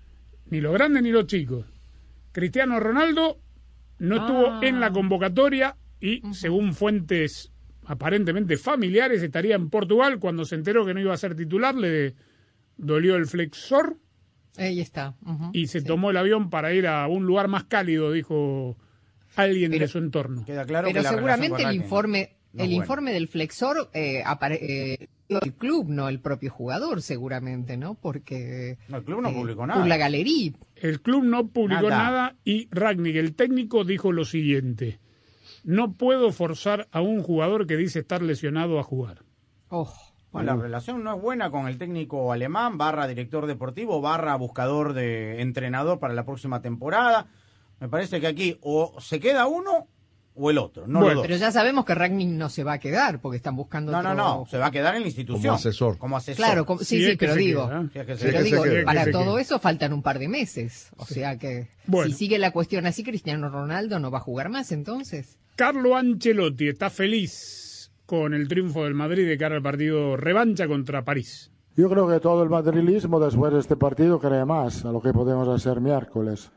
[SPEAKER 2] Ni los grandes ni los chicos. Cristiano Ronaldo no estuvo
[SPEAKER 4] Ah.
[SPEAKER 2] en la convocatoria y, según fuentes aparentemente familiares, estaría en Portugal. Cuando se enteró que no iba a ser titular, le dolió el flexor
[SPEAKER 4] Ahí está. Ujú.
[SPEAKER 2] y se tomó el avión para ir a un lugar más cálido, dijo alguien
[SPEAKER 4] Pero-
[SPEAKER 2] de su entorno.
[SPEAKER 3] Queda claro
[SPEAKER 4] Pero
[SPEAKER 3] que la
[SPEAKER 4] seguramente
[SPEAKER 3] relación con
[SPEAKER 4] el
[SPEAKER 3] Racing
[SPEAKER 4] informe,
[SPEAKER 3] no
[SPEAKER 4] el
[SPEAKER 3] es buena.
[SPEAKER 4] informe del flexor eh, apare- eh, el club, no el propio jugador, seguramente, ¿no? Porque
[SPEAKER 3] No, el club no
[SPEAKER 4] eh,
[SPEAKER 3] publicó
[SPEAKER 4] por
[SPEAKER 3] nada.
[SPEAKER 4] la galería.
[SPEAKER 2] El club no publicó
[SPEAKER 3] Nada.
[SPEAKER 2] nada, y Rangnick, el técnico, dijo lo siguiente: no puedo forzar a un jugador que dice estar lesionado a jugar.
[SPEAKER 4] Oh,
[SPEAKER 3] Bueno, la relación no es buena con el técnico alemán, barra director deportivo, barra buscador de entrenador para la próxima temporada. Me parece que aquí o se queda uno o el otro, no
[SPEAKER 2] Bueno,
[SPEAKER 3] los dos.
[SPEAKER 4] pero ya sabemos que Ragnick no se va a quedar porque están buscando
[SPEAKER 3] No, no,
[SPEAKER 4] otro...
[SPEAKER 3] no, se va a quedar en la institución.
[SPEAKER 6] Como asesor.
[SPEAKER 3] Como asesor.
[SPEAKER 4] Claro, como- sí,
[SPEAKER 2] Si
[SPEAKER 4] sí,
[SPEAKER 2] es que
[SPEAKER 4] pero
[SPEAKER 2] se
[SPEAKER 4] digo,
[SPEAKER 2] queda, ¿eh?
[SPEAKER 3] Si es que se
[SPEAKER 4] pero
[SPEAKER 6] que
[SPEAKER 4] digo,
[SPEAKER 6] se quede,
[SPEAKER 4] para
[SPEAKER 2] que se
[SPEAKER 4] todo
[SPEAKER 2] quede.
[SPEAKER 4] eso faltan un par de meses. O sea que
[SPEAKER 2] Bueno.
[SPEAKER 4] si sigue la cuestión así, Cristiano Ronaldo no va a jugar más entonces.
[SPEAKER 2] Carlo Ancelotti está feliz con el triunfo del Madrid de cara al partido revancha contra París.
[SPEAKER 21] Yo creo que todo el madrilismo después de este partido cree más a lo que podemos hacer miércoles.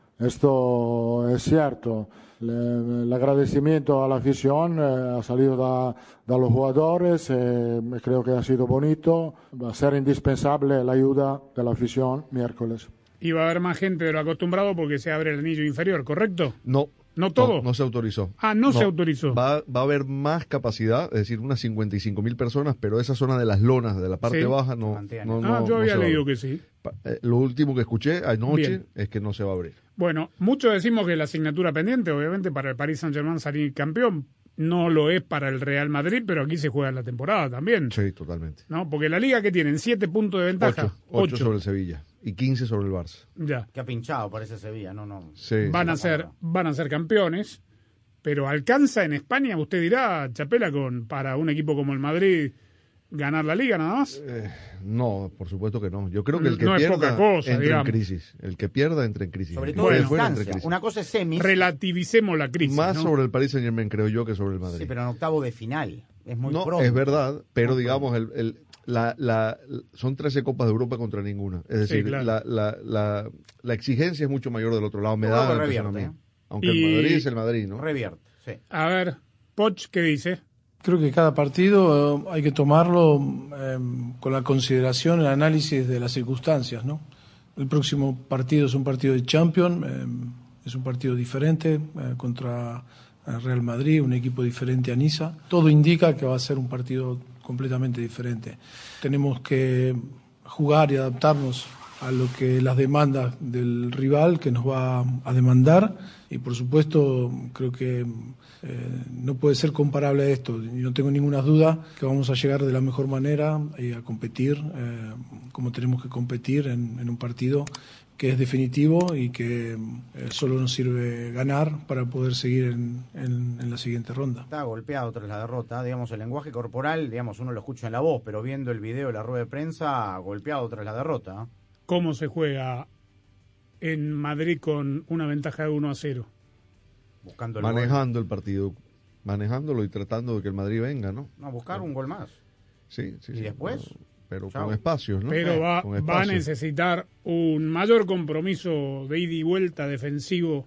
[SPEAKER 21] Esto es cierto. Le- el agradecimiento a la afición eh, ha salido da- de los jugadores. eh, creo que ha sido bonito. Va a ser indispensable la ayuda de la afición miércoles.
[SPEAKER 2] Y va a haber más gente de lo acostumbrado porque se abre el anillo inferior, ¿correcto?
[SPEAKER 6] No.
[SPEAKER 2] ¿No todo?
[SPEAKER 6] No, no se autorizó.
[SPEAKER 2] Ah, no se autorizó.
[SPEAKER 6] Va, va a haber más capacidad, es decir, unas cincuenta y cinco mil personas, pero esa zona de las lonas, de la parte
[SPEAKER 2] Sí.
[SPEAKER 6] baja, no.
[SPEAKER 3] Mantiene.
[SPEAKER 6] no,
[SPEAKER 2] Ah,
[SPEAKER 6] no-
[SPEAKER 2] yo
[SPEAKER 6] no
[SPEAKER 2] había
[SPEAKER 6] se va a
[SPEAKER 2] leído
[SPEAKER 6] abrir.
[SPEAKER 2] que sí.
[SPEAKER 6] Pa- eh, Lo último que escuché anoche
[SPEAKER 2] Bien.
[SPEAKER 6] es que no se va a abrir.
[SPEAKER 2] Bueno, muchos decimos que la asignatura pendiente, obviamente, para el Paris Saint-Germain salir campeón, no lo es para el Real Madrid, pero aquí se juega la temporada también.
[SPEAKER 6] Sí, totalmente.
[SPEAKER 2] ¿No? Porque la liga que tienen siete puntos de ventaja,
[SPEAKER 6] Ocho, ocho sobre el Sevilla y quince sobre el Barça.
[SPEAKER 2] Ya.
[SPEAKER 3] Que ha pinchado, parece Sevilla, no, no.
[SPEAKER 6] Sí.
[SPEAKER 2] Van a ser, van a ser campeones, pero alcanza en España, usted dirá, Chapela, con para un equipo como el Madrid ganar la liga nada más.
[SPEAKER 6] Eh, no, por supuesto que no. Yo creo que el que
[SPEAKER 2] no
[SPEAKER 6] pierda
[SPEAKER 2] es poca cosa,
[SPEAKER 6] entra
[SPEAKER 2] digamos.
[SPEAKER 6] en crisis. El que pierda entra en crisis.
[SPEAKER 3] Sobre
[SPEAKER 6] El
[SPEAKER 3] todo
[SPEAKER 6] que
[SPEAKER 3] en
[SPEAKER 6] fuera entra en
[SPEAKER 3] instancia.
[SPEAKER 6] crisis.
[SPEAKER 3] Una cosa es semis.
[SPEAKER 2] Relativicemos la crisis.
[SPEAKER 6] Más
[SPEAKER 2] ¿no?
[SPEAKER 6] sobre el Paris Saint-Germain, creo yo, que sobre el Madrid.
[SPEAKER 3] Sí, pero en octavo de final. Es muy
[SPEAKER 6] no,
[SPEAKER 3] pronto.
[SPEAKER 6] es verdad, pero digamos, el, el, la, la, son trece Copas de Europa contra ninguna. Es decir,
[SPEAKER 2] Sí, claro.
[SPEAKER 6] la, la, la, la exigencia es mucho mayor del otro lado. Me
[SPEAKER 3] Yo
[SPEAKER 6] da
[SPEAKER 3] creo que
[SPEAKER 6] la impresión a
[SPEAKER 3] revierte,
[SPEAKER 6] mí.
[SPEAKER 3] ¿eh?
[SPEAKER 6] Aunque
[SPEAKER 2] Y-
[SPEAKER 6] el Madrid es el Madrid, ¿no?
[SPEAKER 3] Revierte, sí.
[SPEAKER 2] A ver, Poch, ¿qué dice?
[SPEAKER 8] Creo que cada partido eh, hay que tomarlo eh, con la consideración, el análisis de las circunstancias, ¿no? El próximo partido es un partido de Champions, eh, es un partido diferente eh, contra Real Madrid, un equipo diferente a Niza. Todo indica que va a ser un partido completamente diferente. Tenemos que jugar y adaptarnos a lo que las demandas del rival que nos va a demandar y por supuesto creo que eh, no puede ser comparable a esto y no tengo ninguna duda que vamos a llegar de la mejor manera y a competir eh, como tenemos que competir en, en un partido que es definitivo y que eh, solo nos sirve ganar para poder seguir en, en, en la siguiente ronda.
[SPEAKER 3] Está golpeado tras la derrota, digamos, el lenguaje corporal, digamos, uno lo escucha en la voz, pero viendo el video de la rueda de prensa, golpeado tras la derrota.
[SPEAKER 2] ¿Cómo se juega en Madrid con una ventaja de uno a cero?
[SPEAKER 3] Buscando el
[SPEAKER 6] Manejando el partido, manejándolo y tratando de que el Madrid venga, ¿no?
[SPEAKER 3] No, buscar un gol más.
[SPEAKER 6] Sí, sí.
[SPEAKER 3] ¿Y
[SPEAKER 6] sí,
[SPEAKER 3] después?
[SPEAKER 6] Pero, pero
[SPEAKER 3] Chao.
[SPEAKER 6] con espacios, ¿no?
[SPEAKER 2] Pero va,
[SPEAKER 6] Con
[SPEAKER 2] va a
[SPEAKER 6] espacios.
[SPEAKER 2] necesitar un mayor compromiso de ida y vuelta defensivo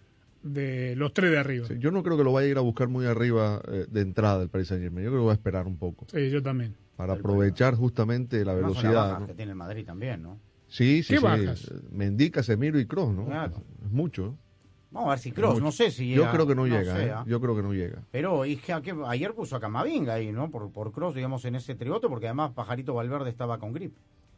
[SPEAKER 2] de los tres de arriba.
[SPEAKER 6] Sí, yo no creo que lo vaya a ir a buscar muy arriba eh, de entrada el Paris Saint-Germain. Yo creo que va a esperar un poco.
[SPEAKER 2] Sí, yo también.
[SPEAKER 6] Para aprovechar justamente la
[SPEAKER 3] No son las
[SPEAKER 6] velocidad.
[SPEAKER 3] bajas
[SPEAKER 6] ¿no?
[SPEAKER 3] que tiene el Madrid también, ¿no?
[SPEAKER 6] Sí, sí,
[SPEAKER 2] ¿Qué
[SPEAKER 6] sí.
[SPEAKER 2] bajas?
[SPEAKER 6] Mendy, Casemiro y Kroos, ¿no?
[SPEAKER 3] Claro.
[SPEAKER 6] Es mucho. ¿eh?
[SPEAKER 3] Vamos a ver si
[SPEAKER 6] Es
[SPEAKER 3] Kroos,
[SPEAKER 6] mucho.
[SPEAKER 3] no sé si
[SPEAKER 6] Yo
[SPEAKER 3] llega,
[SPEAKER 6] creo que no,
[SPEAKER 3] no
[SPEAKER 6] llega,
[SPEAKER 3] sé,
[SPEAKER 6] ¿eh?
[SPEAKER 3] ¿ah?
[SPEAKER 6] Yo creo que no llega.
[SPEAKER 3] Pero y que, que ayer puso a Camavinga ahí, ¿no? Por, por Kroos, digamos, en ese tribote, porque además Pajarito Valverde estaba con grip.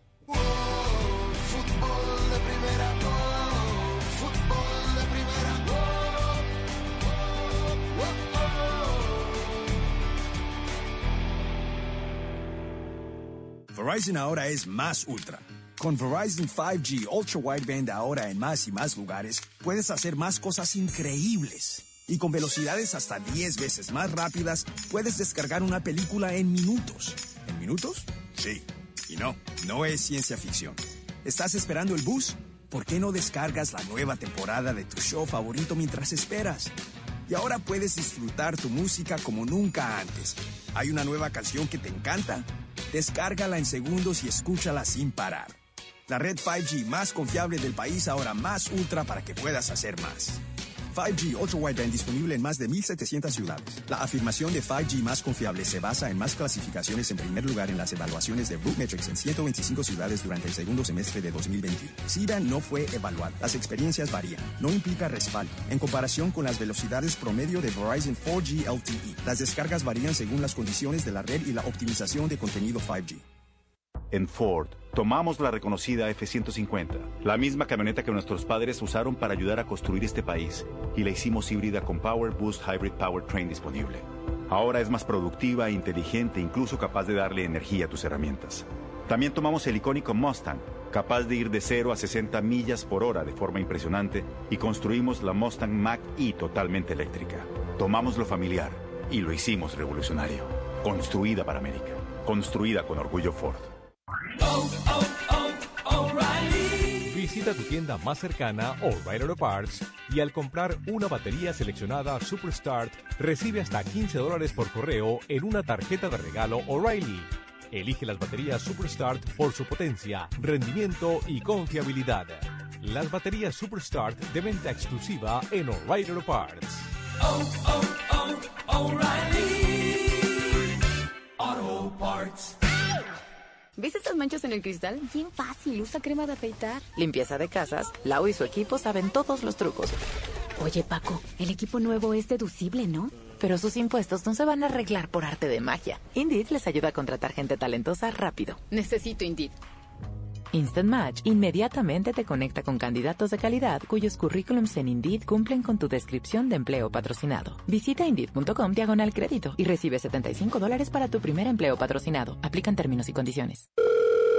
[SPEAKER 11] Verizon ahora es más ultra. Con Verizon cinco G Ultra Wideband ahora en más y más lugares, puedes hacer más cosas increíbles. Y con velocidades hasta diez veces más rápidas, puedes descargar una película en minutos. ¿En minutos? Sí. Y no, no es ciencia ficción. ¿Estás esperando el bus? ¿Por qué no descargas la nueva temporada de tu show favorito mientras esperas? Y ahora puedes disfrutar tu música como nunca antes. ¿Hay una nueva canción que te encanta? Descárgala en segundos y escúchala sin parar. La red cinco G más confiable del país, ahora más ultra para que puedas hacer más. cinco G Ultra Wideband disponible en más de mil setecientas ciudades. La afirmación de cinco G más confiable se basa en más clasificaciones en primer lugar en las evaluaciones de RootMetrics en ciento veinticinco ciudades durante el segundo semestre de dos mil veinte. C-Band no fue evaluado. Las experiencias varían. No implica respaldo. En comparación con las velocidades promedio de Verizon cuatro G L T E, las descargas varían según las condiciones de la red y la optimización de contenido cinco G.
[SPEAKER 22] En Ford, tomamos la reconocida F ciento cincuenta, la misma camioneta que nuestros padres usaron para ayudar a construir este país, y la hicimos híbrida con Power Boost Hybrid Powertrain disponible. Ahora es más productiva, inteligente e incluso capaz de darle energía a tus herramientas. También tomamos el icónico Mustang, capaz de ir de cero a sesenta millas por hora de forma impresionante, y construimos la Mustang Mach-E totalmente eléctrica. Tomamos lo familiar y lo hicimos revolucionario. Construida para América. Construida con orgullo Ford.
[SPEAKER 9] Visita tu tienda más cercana, O'Reilly Auto Parts, y al comprar una batería seleccionada Superstart, recibe hasta quince dólares por correo en una tarjeta de regalo O'Reilly. Elige las baterías Superstart por su potencia, rendimiento y confiabilidad. Las baterías Superstart de venta exclusiva en O'Reilly Auto Parts.
[SPEAKER 10] Oh, oh, oh, O'Reilly Auto Parts.
[SPEAKER 23] ¿Ves esas manchas en el cristal? Bien fácil, usa crema de afeitar.
[SPEAKER 13] Limpieza de casas, Lau y su equipo saben todos los trucos.
[SPEAKER 23] Oye, Paco, el equipo nuevo es deducible, ¿no?
[SPEAKER 13] Pero sus impuestos no se van a arreglar por arte de magia. Indeed les ayuda a contratar gente talentosa rápido.
[SPEAKER 23] Necesito Indeed.
[SPEAKER 13] Instant Match inmediatamente te conecta con candidatos de calidad cuyos currículums en Indeed cumplen con tu descripción de empleo patrocinado. Visita Indeed.com diagonal crédito y recibe setenta y cinco dólares para tu primer empleo patrocinado. Aplican términos y condiciones.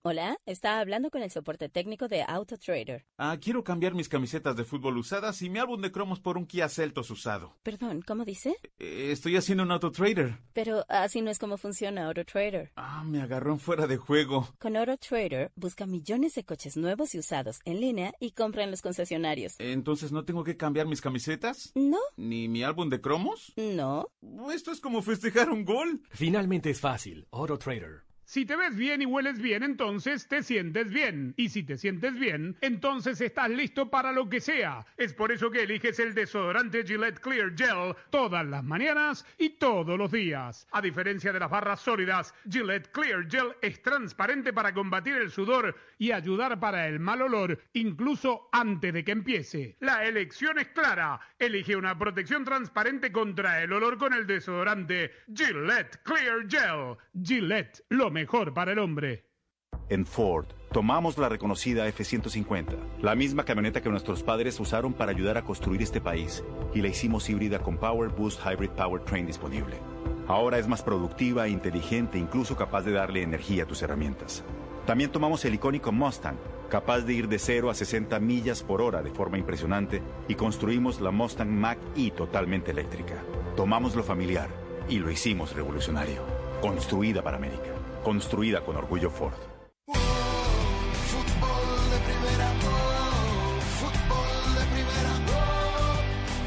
[SPEAKER 12] Hola, está hablando con el soporte técnico de AutoTrader.
[SPEAKER 14] Ah, quiero cambiar mis camisetas de fútbol usadas y mi álbum de cromos por un Kia Seltos usado.
[SPEAKER 12] Perdón, ¿cómo dice?
[SPEAKER 14] Eh, estoy haciendo un AutoTrader.
[SPEAKER 12] Pero así no es como funciona AutoTrader.
[SPEAKER 14] Ah, me agarró en fuera de juego.
[SPEAKER 12] Con AutoTrader, busca millones de coches nuevos y usados en línea y compra en los concesionarios.
[SPEAKER 14] Entonces, ¿no tengo que cambiar mis camisetas?
[SPEAKER 12] No.
[SPEAKER 14] ¿Ni mi álbum de cromos?
[SPEAKER 12] No.
[SPEAKER 14] Esto es como festejar un gol.
[SPEAKER 9] Finalmente es fácil. AutoTrader.
[SPEAKER 2] Si te ves bien y hueles bien, entonces te sientes bien. Y si te sientes bien, entonces estás listo para lo que sea. Es por eso que eliges el desodorante Gillette Clear Gel todas las mañanas y todos los días. A diferencia de las barras sólidas, Gillette Clear Gel es transparente para combatir el sudor y ayudar para el mal olor, incluso antes de que empiece. La elección es clara. Elige una protección transparente contra el olor con el desodorante Gillette Clear Gel. Gillette, lo mejor para el hombre.
[SPEAKER 22] En Ford, tomamos la reconocida F ciento cincuenta, la misma camioneta que nuestros padres usaron para ayudar a construir este país, y la hicimos híbrida con Power Boost Hybrid Powertrain disponible. Ahora es más productiva, inteligente, incluso capaz de darle energía a tus herramientas. También tomamos el icónico Mustang, capaz de ir de cero a sesenta millas por hora de forma impresionante, y construimos la Mustang Mach-E totalmente eléctrica. Tomamos lo familiar y lo hicimos revolucionario. Construida para América. Construida con orgullo Ford.
[SPEAKER 10] Oh, fútbol de primera, oh, fútbol de primera, oh,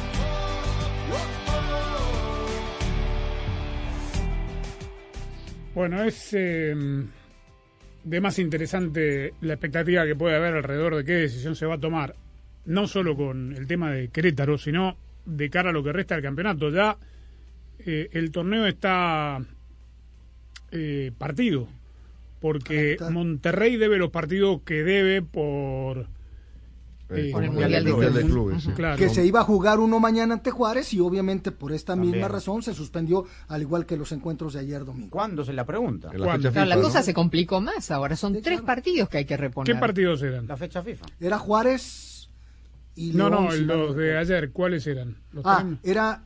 [SPEAKER 2] oh, oh. Bueno, es eh, de más interesante la expectativa que puede haber alrededor de qué decisión se va a tomar, no solo con el tema de Querétaro, sino de cara a lo que resta del campeonato. Ya eh, el torneo está... Eh, partido, porque Monterrey debe los partidos que debe por,
[SPEAKER 5] eh, por el Mundial de, de Clubes, sí. Claro. Que se iba a jugar uno mañana ante Juárez y obviamente por esta También. misma razón se suspendió, al igual que los encuentros de ayer domingo.
[SPEAKER 3] ¿Cuándo se la pregunta?
[SPEAKER 4] La, claro, la cosa ¿no? se complicó más, ahora son sí, tres claro. partidos que hay que reponer.
[SPEAKER 2] ¿Qué partidos eran?
[SPEAKER 3] La fecha FIFA.
[SPEAKER 5] Era Juárez y
[SPEAKER 2] No,
[SPEAKER 5] León,
[SPEAKER 2] no,
[SPEAKER 5] si
[SPEAKER 2] los no de ayer, ¿cuáles eran? ¿Los
[SPEAKER 5] ah,
[SPEAKER 2] tenemos?
[SPEAKER 5] era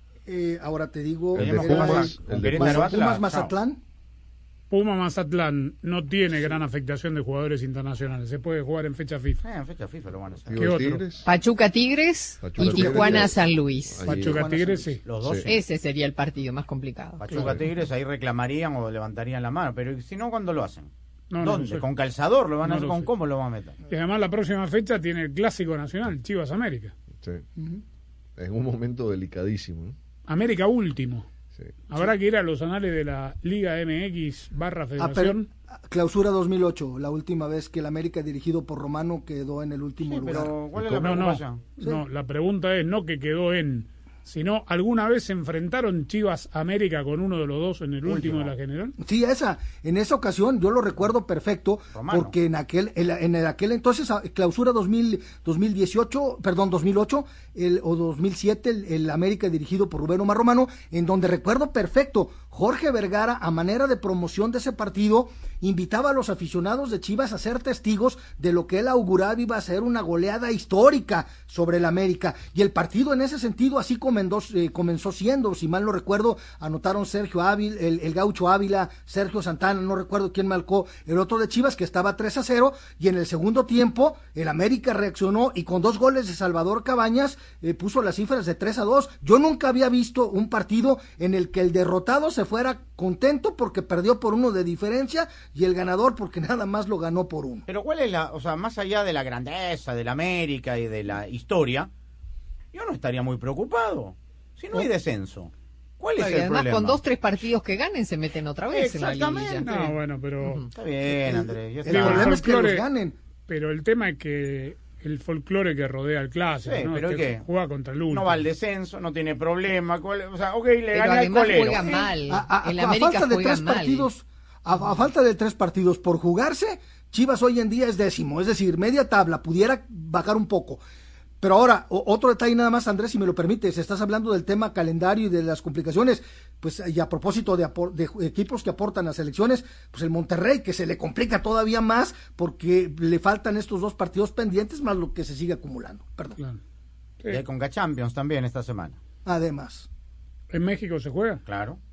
[SPEAKER 5] eh, ahora te digo
[SPEAKER 6] el de Pumas,
[SPEAKER 5] el de Pumas, Pumas Mazatlán.
[SPEAKER 2] Puma Mazatlán no tiene sí. gran afectación de jugadores internacionales. Se puede jugar en fecha FIFA.
[SPEAKER 3] Eh, en fecha FIFA lo van a hacer.
[SPEAKER 2] ¿Qué otro?
[SPEAKER 4] Pachuca Tigres Pachuca y Tijuana Tigres. San Luis.
[SPEAKER 2] Ahí. Pachuca Tigres, sí.
[SPEAKER 3] Los dos.
[SPEAKER 2] Sí.
[SPEAKER 3] Sí.
[SPEAKER 4] Ese sería el partido más complicado.
[SPEAKER 3] Pachuca
[SPEAKER 2] claro.
[SPEAKER 3] Tigres ahí reclamarían o levantarían la mano. Pero si no, ¿cuándo lo hacen?
[SPEAKER 2] No,
[SPEAKER 3] ¿Dónde?
[SPEAKER 2] No,
[SPEAKER 3] ¿Con calzador lo van a
[SPEAKER 2] no
[SPEAKER 3] hacer? ¿Con sé. cómo lo van a meter?
[SPEAKER 2] Y además la próxima fecha tiene el Clásico Nacional, Chivas América.
[SPEAKER 6] Sí. Uh-huh. En un momento delicadísimo, ¿no?
[SPEAKER 2] América último.
[SPEAKER 6] Sí.
[SPEAKER 2] Habrá que ir a los anales de la Liga M X barra Federación.
[SPEAKER 5] Ah, clausura dos mil ocho, la última vez que el América dirigido por Romano quedó en el último
[SPEAKER 3] sí,
[SPEAKER 5] lugar.
[SPEAKER 3] Pero ¿cuál es la
[SPEAKER 2] no,
[SPEAKER 3] preocupación?
[SPEAKER 2] No, ¿Sí? no, la pregunta es no que quedó en, sino ¿alguna vez se enfrentaron Chivas América con uno de los dos en el último, último de la general?
[SPEAKER 5] Sí, esa, en esa ocasión yo lo recuerdo perfecto, Romano. porque en aquel en, en aquel entonces clausura dos mil, dos mil dieciocho, perdón, dos mil ocho el, o dos mil siete el, el América dirigido por Rubén Omar Romano, en donde recuerdo perfecto, Jorge Vergara a manera de promoción de ese partido invitaba a los aficionados de Chivas a ser testigos de lo que él auguraba iba a ser una goleada histórica sobre el América, y el partido en ese sentido así comenzó, eh, comenzó siendo, si mal no recuerdo, anotaron Sergio Ávila, el, el Gaucho Ávila, Sergio Santana, no recuerdo quién marcó el otro de Chivas, que estaba tres a cero, y en el segundo tiempo el América reaccionó y con dos goles de Salvador Cabañas eh, puso las cifras de tres a dos. Yo nunca había visto un partido en el que el derrotado se fuera contento porque perdió por uno de diferencia y el ganador porque nada más lo ganó por uno.
[SPEAKER 3] Pero cuál es la, o sea, más allá de la grandeza del América y de la historia, yo no estaría muy preocupado. Si no hay descenso, ¿cuál es
[SPEAKER 4] y
[SPEAKER 3] el
[SPEAKER 4] además,
[SPEAKER 3] problema?
[SPEAKER 4] Con dos, tres partidos que ganen se meten otra vez en la liguilla.
[SPEAKER 2] No, bueno, pero...
[SPEAKER 3] Uh-huh. Está bien, Andrés.
[SPEAKER 5] El, el problema es que los ganen.
[SPEAKER 2] Pero el tema es que el folclore que rodea al clásico,
[SPEAKER 3] sí,
[SPEAKER 2] ¿no?
[SPEAKER 3] Pero
[SPEAKER 2] que
[SPEAKER 3] ¿qué?
[SPEAKER 2] Juega contra el último.
[SPEAKER 3] No va al descenso, no tiene problema. O sea, ok, le
[SPEAKER 4] pero
[SPEAKER 3] gana al colero.
[SPEAKER 4] Juega mal.
[SPEAKER 5] A, a,
[SPEAKER 4] el
[SPEAKER 5] a,
[SPEAKER 4] América
[SPEAKER 5] a falta de
[SPEAKER 4] juega
[SPEAKER 5] tres
[SPEAKER 4] mal.
[SPEAKER 5] partidos, a, a falta de tres partidos por jugarse, Chivas hoy en día es décimo, es decir, media tabla, pudiera bajar un poco. Pero ahora, o, otro detalle nada más, Andrés, si me lo permites, estás hablando del tema calendario y de las complicaciones, pues y a propósito de, apor, de equipos que aportan las elecciones, pues el Monterrey, que se le complica todavía más porque le faltan estos dos partidos pendientes más lo que se sigue acumulando. Perdón.
[SPEAKER 2] Claro.
[SPEAKER 3] Sí. Y hay Conca Champions también esta semana.
[SPEAKER 5] Además.
[SPEAKER 2] ¿En México se juega?
[SPEAKER 3] Claro.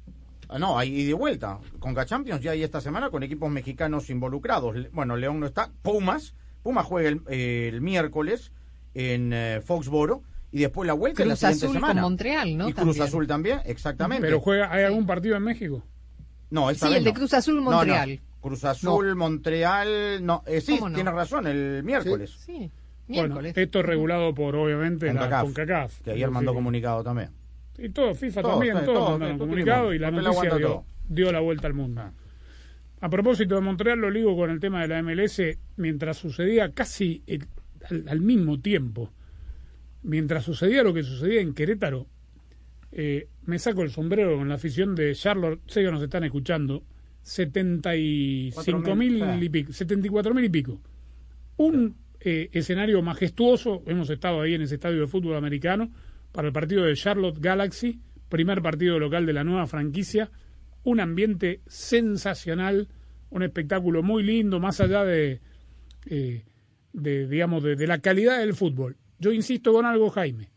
[SPEAKER 3] No, hay ida y vuelta. Conca Champions ya hay esta semana con equipos mexicanos involucrados. Bueno, León no está. Pumas. Pumas juega el, eh, el miércoles en eh, Foxboro. Y después la vuelta en la siguiente
[SPEAKER 4] Azul
[SPEAKER 3] semana.
[SPEAKER 4] Con Montreal, ¿no?
[SPEAKER 3] Y Cruz también. Azul también, exactamente.
[SPEAKER 2] Pero juega, ¿hay algún partido en México?
[SPEAKER 3] No, esta
[SPEAKER 4] sí,
[SPEAKER 3] vez
[SPEAKER 4] el de
[SPEAKER 3] no.
[SPEAKER 4] Cruz Azul Montreal.
[SPEAKER 3] No, no. Cruz Azul, no. Montreal, no, eh, sí, no? tienes razón, el miércoles.
[SPEAKER 4] Sí, sí.
[SPEAKER 2] Bueno, esto es regulado por, obviamente,
[SPEAKER 3] CONCACAF,
[SPEAKER 2] la CONCACAF.
[SPEAKER 3] Que ayer mandó sí. comunicado también.
[SPEAKER 2] Y todo, FIFA todo, también,
[SPEAKER 3] todo,
[SPEAKER 2] todos
[SPEAKER 3] todo,
[SPEAKER 2] mandaron
[SPEAKER 3] todo,
[SPEAKER 2] comunicado
[SPEAKER 3] todo,
[SPEAKER 2] y la
[SPEAKER 3] todo,
[SPEAKER 2] noticia dio,
[SPEAKER 3] todo.
[SPEAKER 2] dio la vuelta al mundo. Ah. A propósito de Montreal, lo ligo con el tema de la M L S, mientras sucedía casi el, al, al mismo tiempo, mientras sucedía lo que sucedía en Querétaro, eh, me saco el sombrero con la afición de Charlotte, sé que nos están escuchando, setenta y cinco mil y pico, setenta y cuatro mil y pico. Un eh, escenario majestuoso, hemos estado ahí en ese estadio de fútbol americano, para el partido de Charlotte Galaxy, primer partido local de la nueva franquicia, un ambiente sensacional, un espectáculo muy lindo, más allá de, eh, de digamos, de, de la calidad del fútbol. Yo insisto con algo, Jaime,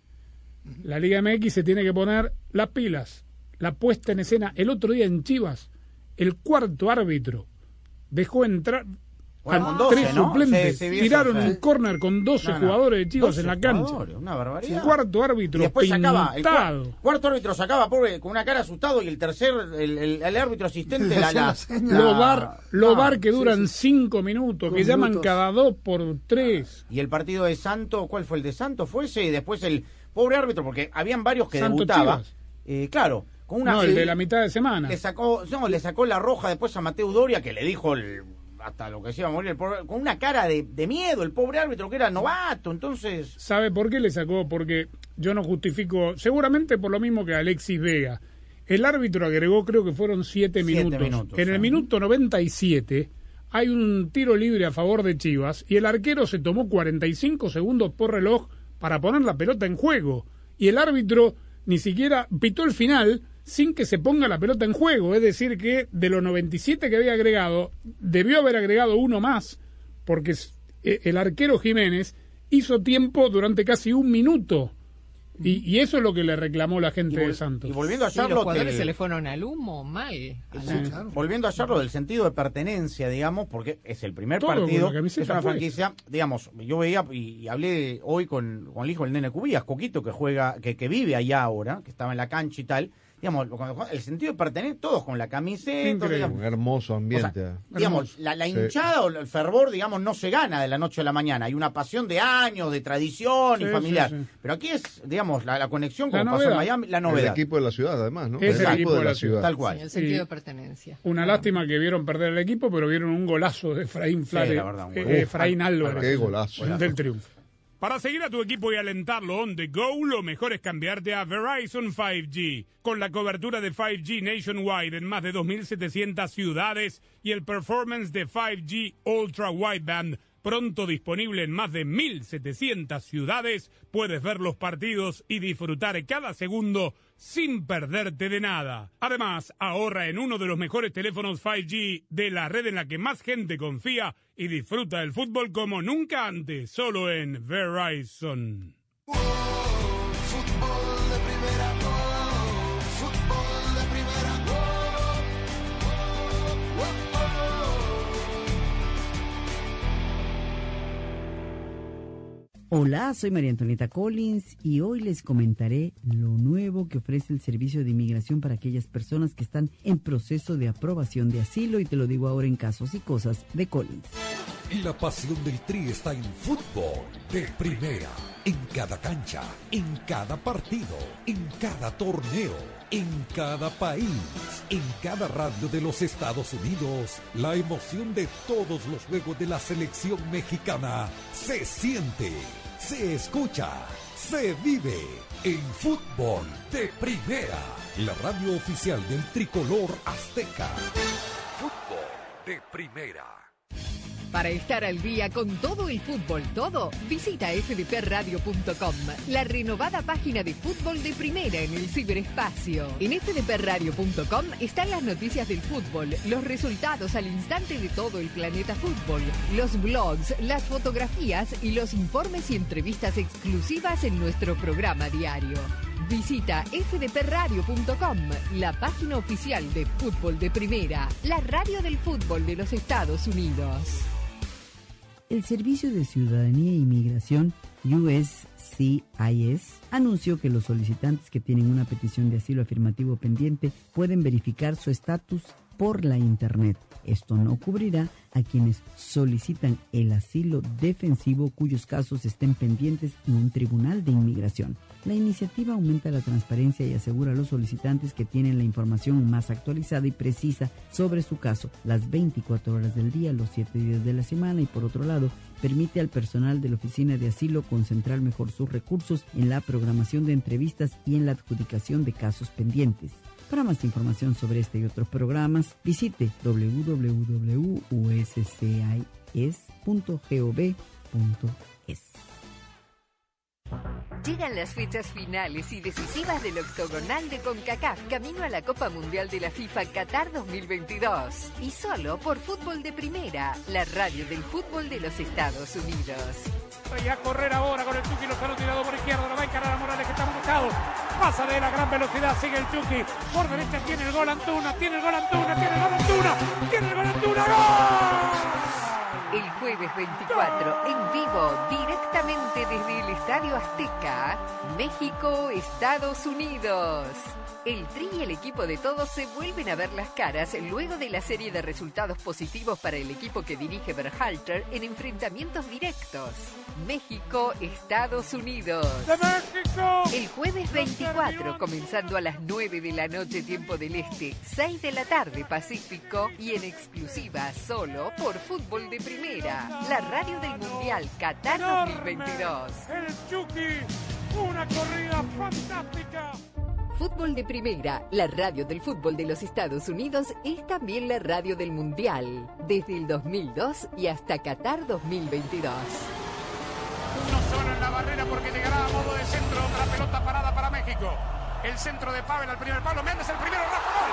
[SPEAKER 2] la Liga M X se tiene que poner las pilas, la puesta en escena. El otro día en Chivas, el cuarto árbitro dejó entrar
[SPEAKER 3] bueno,
[SPEAKER 2] a
[SPEAKER 3] doce,
[SPEAKER 2] tres
[SPEAKER 3] ¿no?
[SPEAKER 2] suplentes,
[SPEAKER 3] sí, sí,
[SPEAKER 2] tiraron
[SPEAKER 3] eso,
[SPEAKER 2] un
[SPEAKER 3] sí.
[SPEAKER 2] córner con doce
[SPEAKER 3] no, no.
[SPEAKER 2] jugadores de Chivas en la cancha.
[SPEAKER 3] Una barbaridad.
[SPEAKER 2] El cuarto árbitro
[SPEAKER 3] y después sacaba, el
[SPEAKER 2] pintado.
[SPEAKER 3] cuarto, cuarto árbitro sacaba pobre con una cara asustado y el tercer, el, el, el árbitro asistente la, la, la
[SPEAKER 2] los bar, los
[SPEAKER 3] no,
[SPEAKER 2] bar que duran
[SPEAKER 3] sí, sí.
[SPEAKER 2] cinco minutos,
[SPEAKER 3] Dos
[SPEAKER 2] que llaman
[SPEAKER 3] minutos.
[SPEAKER 2] cada dos por tres.
[SPEAKER 3] Y el partido de Santo, ¿cuál fue el de Santo? Fue ese y después el pobre árbitro, porque habían varios que
[SPEAKER 2] Santo
[SPEAKER 3] debutaba. Eh, claro, con una
[SPEAKER 2] no, el de la mitad de semana.
[SPEAKER 3] Le sacó, no, le sacó la roja después a Mateo Doria, que le dijo el, hasta lo que se iba a morir, el pobre, con una cara de, de miedo, el pobre árbitro que era novato, entonces...
[SPEAKER 2] ¿Sabe por qué le sacó? Porque yo no justifico, seguramente por lo mismo que Alexis Vega. El árbitro agregó, creo que fueron siete, siete minutos. minutos. En el minuto noventa y siete hay un tiro libre a favor de Chivas y el arquero se tomó cuarenta y cinco segundos por reloj para poner la pelota en juego. Y el árbitro ni siquiera pitó el final sin que se ponga la pelota en juego. Es decir, que de los noventa y siete que había agregado, debió haber agregado uno más, porque el arquero Jiménez hizo tiempo durante casi un minuto. Y, y eso es lo que le reclamó la gente de Santos.
[SPEAKER 3] Y volviendo a
[SPEAKER 4] sí,
[SPEAKER 3] Charlotte,
[SPEAKER 4] los jugadores
[SPEAKER 3] el,
[SPEAKER 4] se le fueron al humo, mal.
[SPEAKER 3] Sí, claro. Volviendo a Charlotte, del sentido de pertenencia, digamos, porque es el primer Todo partido, es una franquicia, digamos, yo veía y, y hablé hoy con, con el hijo del nene Cubías, Coquito, que juega, que, que vive allá ahora, que estaba en la cancha y tal. Digamos, el sentido de pertenecer, todos con la camiseta. Digamos,
[SPEAKER 6] un hermoso ambiente.
[SPEAKER 3] O sea, digamos, la, la hinchada sí. o el fervor, digamos, no se gana de la noche a la mañana. Hay una pasión de años, de tradición sí, y familiar. Sí, sí. Pero aquí es, digamos, la, la conexión como pasó en Miami, la novedad.
[SPEAKER 6] El equipo de la ciudad, además, ¿no?
[SPEAKER 2] Es
[SPEAKER 6] el,
[SPEAKER 2] el equipo de la ciudad.
[SPEAKER 3] Tal cual.
[SPEAKER 4] Sí, el sentido de pertenencia.
[SPEAKER 2] Una claro. lástima que vieron perder el equipo, pero vieron un golazo de Efraín Flare, sí, la verdad, eh, Efraín Álvarez.
[SPEAKER 6] Qué golazo.
[SPEAKER 2] Del triunfo. Para seguir a tu equipo y alentarlo on the go, lo mejor es cambiarte a Verizon cinco G. Con la cobertura de cinco G nationwide en más de dos mil setecientas ciudades y el performance de cinco G Ultra Wideband pronto disponible en más de mil setecientas ciudades, puedes ver los partidos y disfrutar cada segundo sin perderte de nada. Además, ahorra en uno de los mejores teléfonos cinco G de la red en la que más gente confía y disfruta del fútbol como nunca antes, solo en Verizon.
[SPEAKER 10] Oh, fútbol de primera, oh, fútbol de primera, oh, oh, oh,
[SPEAKER 20] oh. Hola, soy María Antonieta Collins y hoy les comentaré lo nuevo que ofrece el Servicio de Inmigración para aquellas personas que están en proceso de aprobación de asilo, y te lo digo ahora en Casos y Cosas de Collins.
[SPEAKER 1] La pasión del Tri está en fútbol de primera, en cada cancha, en cada partido, en cada torneo, en cada país, en cada radio de los Estados Unidos. La emoción de todos los juegos de la selección mexicana se siente, se escucha, se vive en fútbol de primera, la radio oficial del tricolor azteca. Fútbol de primera.
[SPEAKER 7] Para estar al día con todo el fútbol, todo, visita f d p radio punto com, la renovada página de fútbol de primera en el ciberespacio. En f d p radio punto com están las noticias del fútbol, los resultados al instante de todo el planeta fútbol, los blogs, las fotografías y los informes y entrevistas exclusivas en nuestro programa diario. Visita f d p radio punto com, la página oficial de Fútbol de Primera, la radio del fútbol de los Estados Unidos.
[SPEAKER 20] El Servicio de Ciudadanía e Inmigración, U S C I S, anunció que los solicitantes que tienen una petición de asilo afirmativo pendiente pueden verificar su estatus por la Internet. Esto no cubrirá a quienes solicitan el asilo defensivo cuyos casos estén pendientes en un tribunal de inmigración. La iniciativa aumenta la transparencia y asegura a los solicitantes que tienen la información más actualizada y precisa sobre su caso las veinticuatro horas del día, los siete días de la semana, y por otro lado, permite al personal de la Oficina de Asilo concentrar mejor sus recursos en la programación de entrevistas y en la adjudicación de casos pendientes. Para más información sobre este y otros programas, visite w w w punto u s c i s punto gov punto es.
[SPEAKER 7] Llegan las fechas finales y decisivas del octogonal de CONCACAF camino a la Copa Mundial de la FIFA Qatar dos mil veintidós. Y solo por Fútbol de Primera, la radio del fútbol de los Estados Unidos.
[SPEAKER 2] Voy a correr ahora con el Chucky Lozano tirado por izquierda, lo va a encarar a Morales que está buscado. Pasa de la gran velocidad, sigue el Chucky. Por derecha tiene el gol Antuna, tiene el gol Antuna, tiene el gol Antuna, tiene el gol Antuna, ¡gol!
[SPEAKER 7] El jueves veinticuatro, en vivo, directamente desde el Estadio Azteca, México, Estados Unidos. El Tri y el equipo de todos se vuelven a ver las caras luego de la serie de resultados positivos para el equipo que dirige Berhalter en enfrentamientos directos. México, Estados Unidos.
[SPEAKER 2] ¡De México!
[SPEAKER 7] El jueves veinticuatro, comenzando a las nueve de la noche, tiempo del Este, seis de la tarde, Pacífico, y en exclusiva solo por Fútbol de Primera, la radio del Mundial Qatar dos mil veintidós.
[SPEAKER 2] El Chucky, una corrida fantástica.
[SPEAKER 7] Fútbol de Primera, la radio del fútbol de los Estados Unidos, es también la radio del Mundial, desde el dos mil dos y hasta Qatar dos mil veintidós.
[SPEAKER 2] Uno solo en la barrera porque llegará a modo de centro, otra pelota parada para México. El centro de Pavel al primer palo, Méndez el primero, Rafa, gol.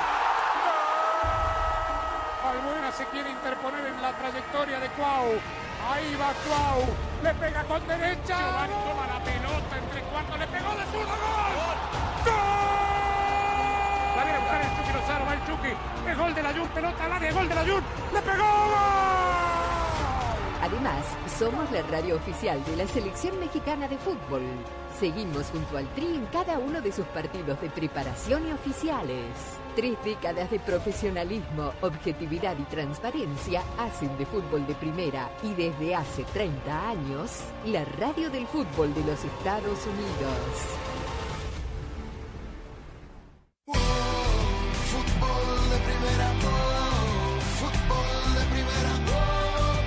[SPEAKER 2] Albuena se quiere interponer en la trayectoria de Cuau. Ahí va Cuau, le pega con derecha. Giovanni toma la pelota entre cuartos, le pegó de zurda, gol. ¡Gol! La viene a buscar el Chucky Lozano, va el Chucky. Es gol de la Jun, pelota al área, gol de la Jun. ¡Le pegó! ¡Gol!
[SPEAKER 7] Además, somos la radio oficial de la Selección Mexicana de Fútbol. Seguimos junto al Tri en cada uno de sus partidos de preparación y oficiales. Tres décadas de profesionalismo, objetividad y transparencia hacen de Fútbol de Primera y desde hace treinta años, la radio del fútbol de los Estados Unidos.
[SPEAKER 10] Fútbol de primera, oh, fútbol de primera, oh,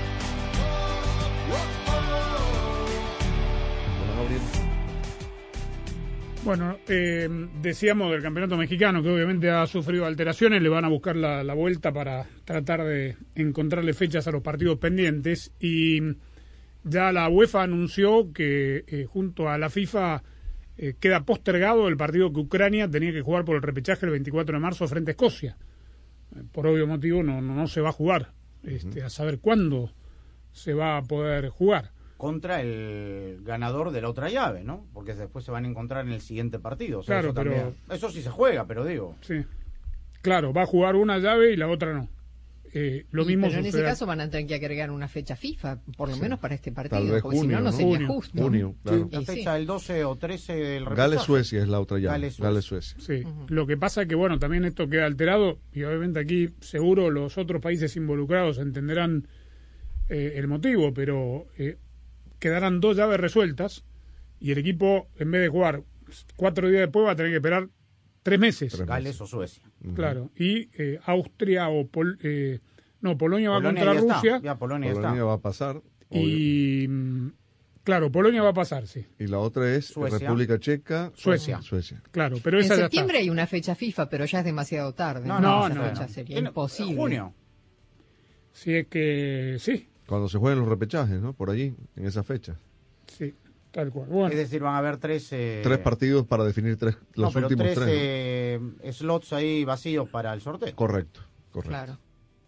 [SPEAKER 10] oh, oh.
[SPEAKER 2] Bueno, eh, decíamos del campeonato mexicano que obviamente ha sufrido alteraciones, le van a buscar la, la vuelta para tratar de encontrarle fechas a los partidos pendientes y ya la UEFA anunció que eh, junto a la FIFA eh, queda postergado el partido que Ucrania tenía que jugar por el repechaje el veinticuatro de marzo frente a Escocia. Eh, por obvio motivo no, no, no se va a jugar, este, a saber cuándo se va a poder jugar.
[SPEAKER 3] Contra el ganador de la otra llave, ¿no? Porque después se van a encontrar en el siguiente partido. O sea,
[SPEAKER 2] claro,
[SPEAKER 3] eso,
[SPEAKER 2] pero...
[SPEAKER 3] también, eso sí se juega, pero digo...
[SPEAKER 2] Sí, claro, va a jugar una llave y la otra no. Eh, lo
[SPEAKER 4] y,
[SPEAKER 2] mismo
[SPEAKER 4] pero en
[SPEAKER 2] sucede...
[SPEAKER 4] ese caso van a tener que agregar una fecha FIFA, por lo sí. menos para este partido,
[SPEAKER 6] Tal vez
[SPEAKER 4] porque
[SPEAKER 6] junio,
[SPEAKER 4] si no, no sería
[SPEAKER 6] junio,
[SPEAKER 4] justo.
[SPEAKER 6] Junio, claro.
[SPEAKER 3] Sí, la fecha del doce o trece del repechaje.
[SPEAKER 6] Gales-Suecia es la otra llave.
[SPEAKER 3] Gales-Suecia.
[SPEAKER 6] Gales-Suecia.
[SPEAKER 2] Sí, uh-huh. Lo que pasa es que, bueno, también esto queda alterado y obviamente aquí seguro los otros países involucrados entenderán eh, el motivo, pero... Eh, quedarán dos llaves resueltas y el equipo, en vez de jugar cuatro días después, va a tener que esperar tres meses.
[SPEAKER 3] Tres Gales o Suecia.
[SPEAKER 2] Claro. Y eh, Austria o... Pol, eh, no, Polonia va
[SPEAKER 3] Polonia
[SPEAKER 2] contra
[SPEAKER 3] ya
[SPEAKER 2] Rusia.
[SPEAKER 3] Está. Ya Polonia,
[SPEAKER 6] Polonia
[SPEAKER 3] está.
[SPEAKER 6] va a pasar.
[SPEAKER 2] Y... Claro, Polonia va a pasar, sí.
[SPEAKER 6] Y la otra es
[SPEAKER 3] Suecia.
[SPEAKER 6] República Checa.
[SPEAKER 2] Suecia.
[SPEAKER 6] Suecia.
[SPEAKER 2] Claro, pero esa
[SPEAKER 4] en
[SPEAKER 2] ya
[SPEAKER 4] septiembre
[SPEAKER 2] está.
[SPEAKER 4] hay una fecha FIFA, pero ya es demasiado tarde.
[SPEAKER 2] No, no, no.
[SPEAKER 4] Esa
[SPEAKER 2] no,
[SPEAKER 4] fecha
[SPEAKER 2] no.
[SPEAKER 4] sería
[SPEAKER 3] En,
[SPEAKER 4] imposible.
[SPEAKER 3] En junio.
[SPEAKER 2] Sí, es que... Sí.
[SPEAKER 6] Cuando se jueguen los repechajes, ¿no? Por allí, en esa fecha.
[SPEAKER 2] Sí, tal cual. Bueno.
[SPEAKER 3] Es decir, van a haber tres... Eh...
[SPEAKER 6] Tres partidos para definir tres, los
[SPEAKER 3] no, pero
[SPEAKER 6] últimos
[SPEAKER 3] tres,
[SPEAKER 6] tres. ¿no?
[SPEAKER 3] Eh, slots ahí vacíos para el sorteo.
[SPEAKER 6] Correcto, correcto.
[SPEAKER 4] Claro.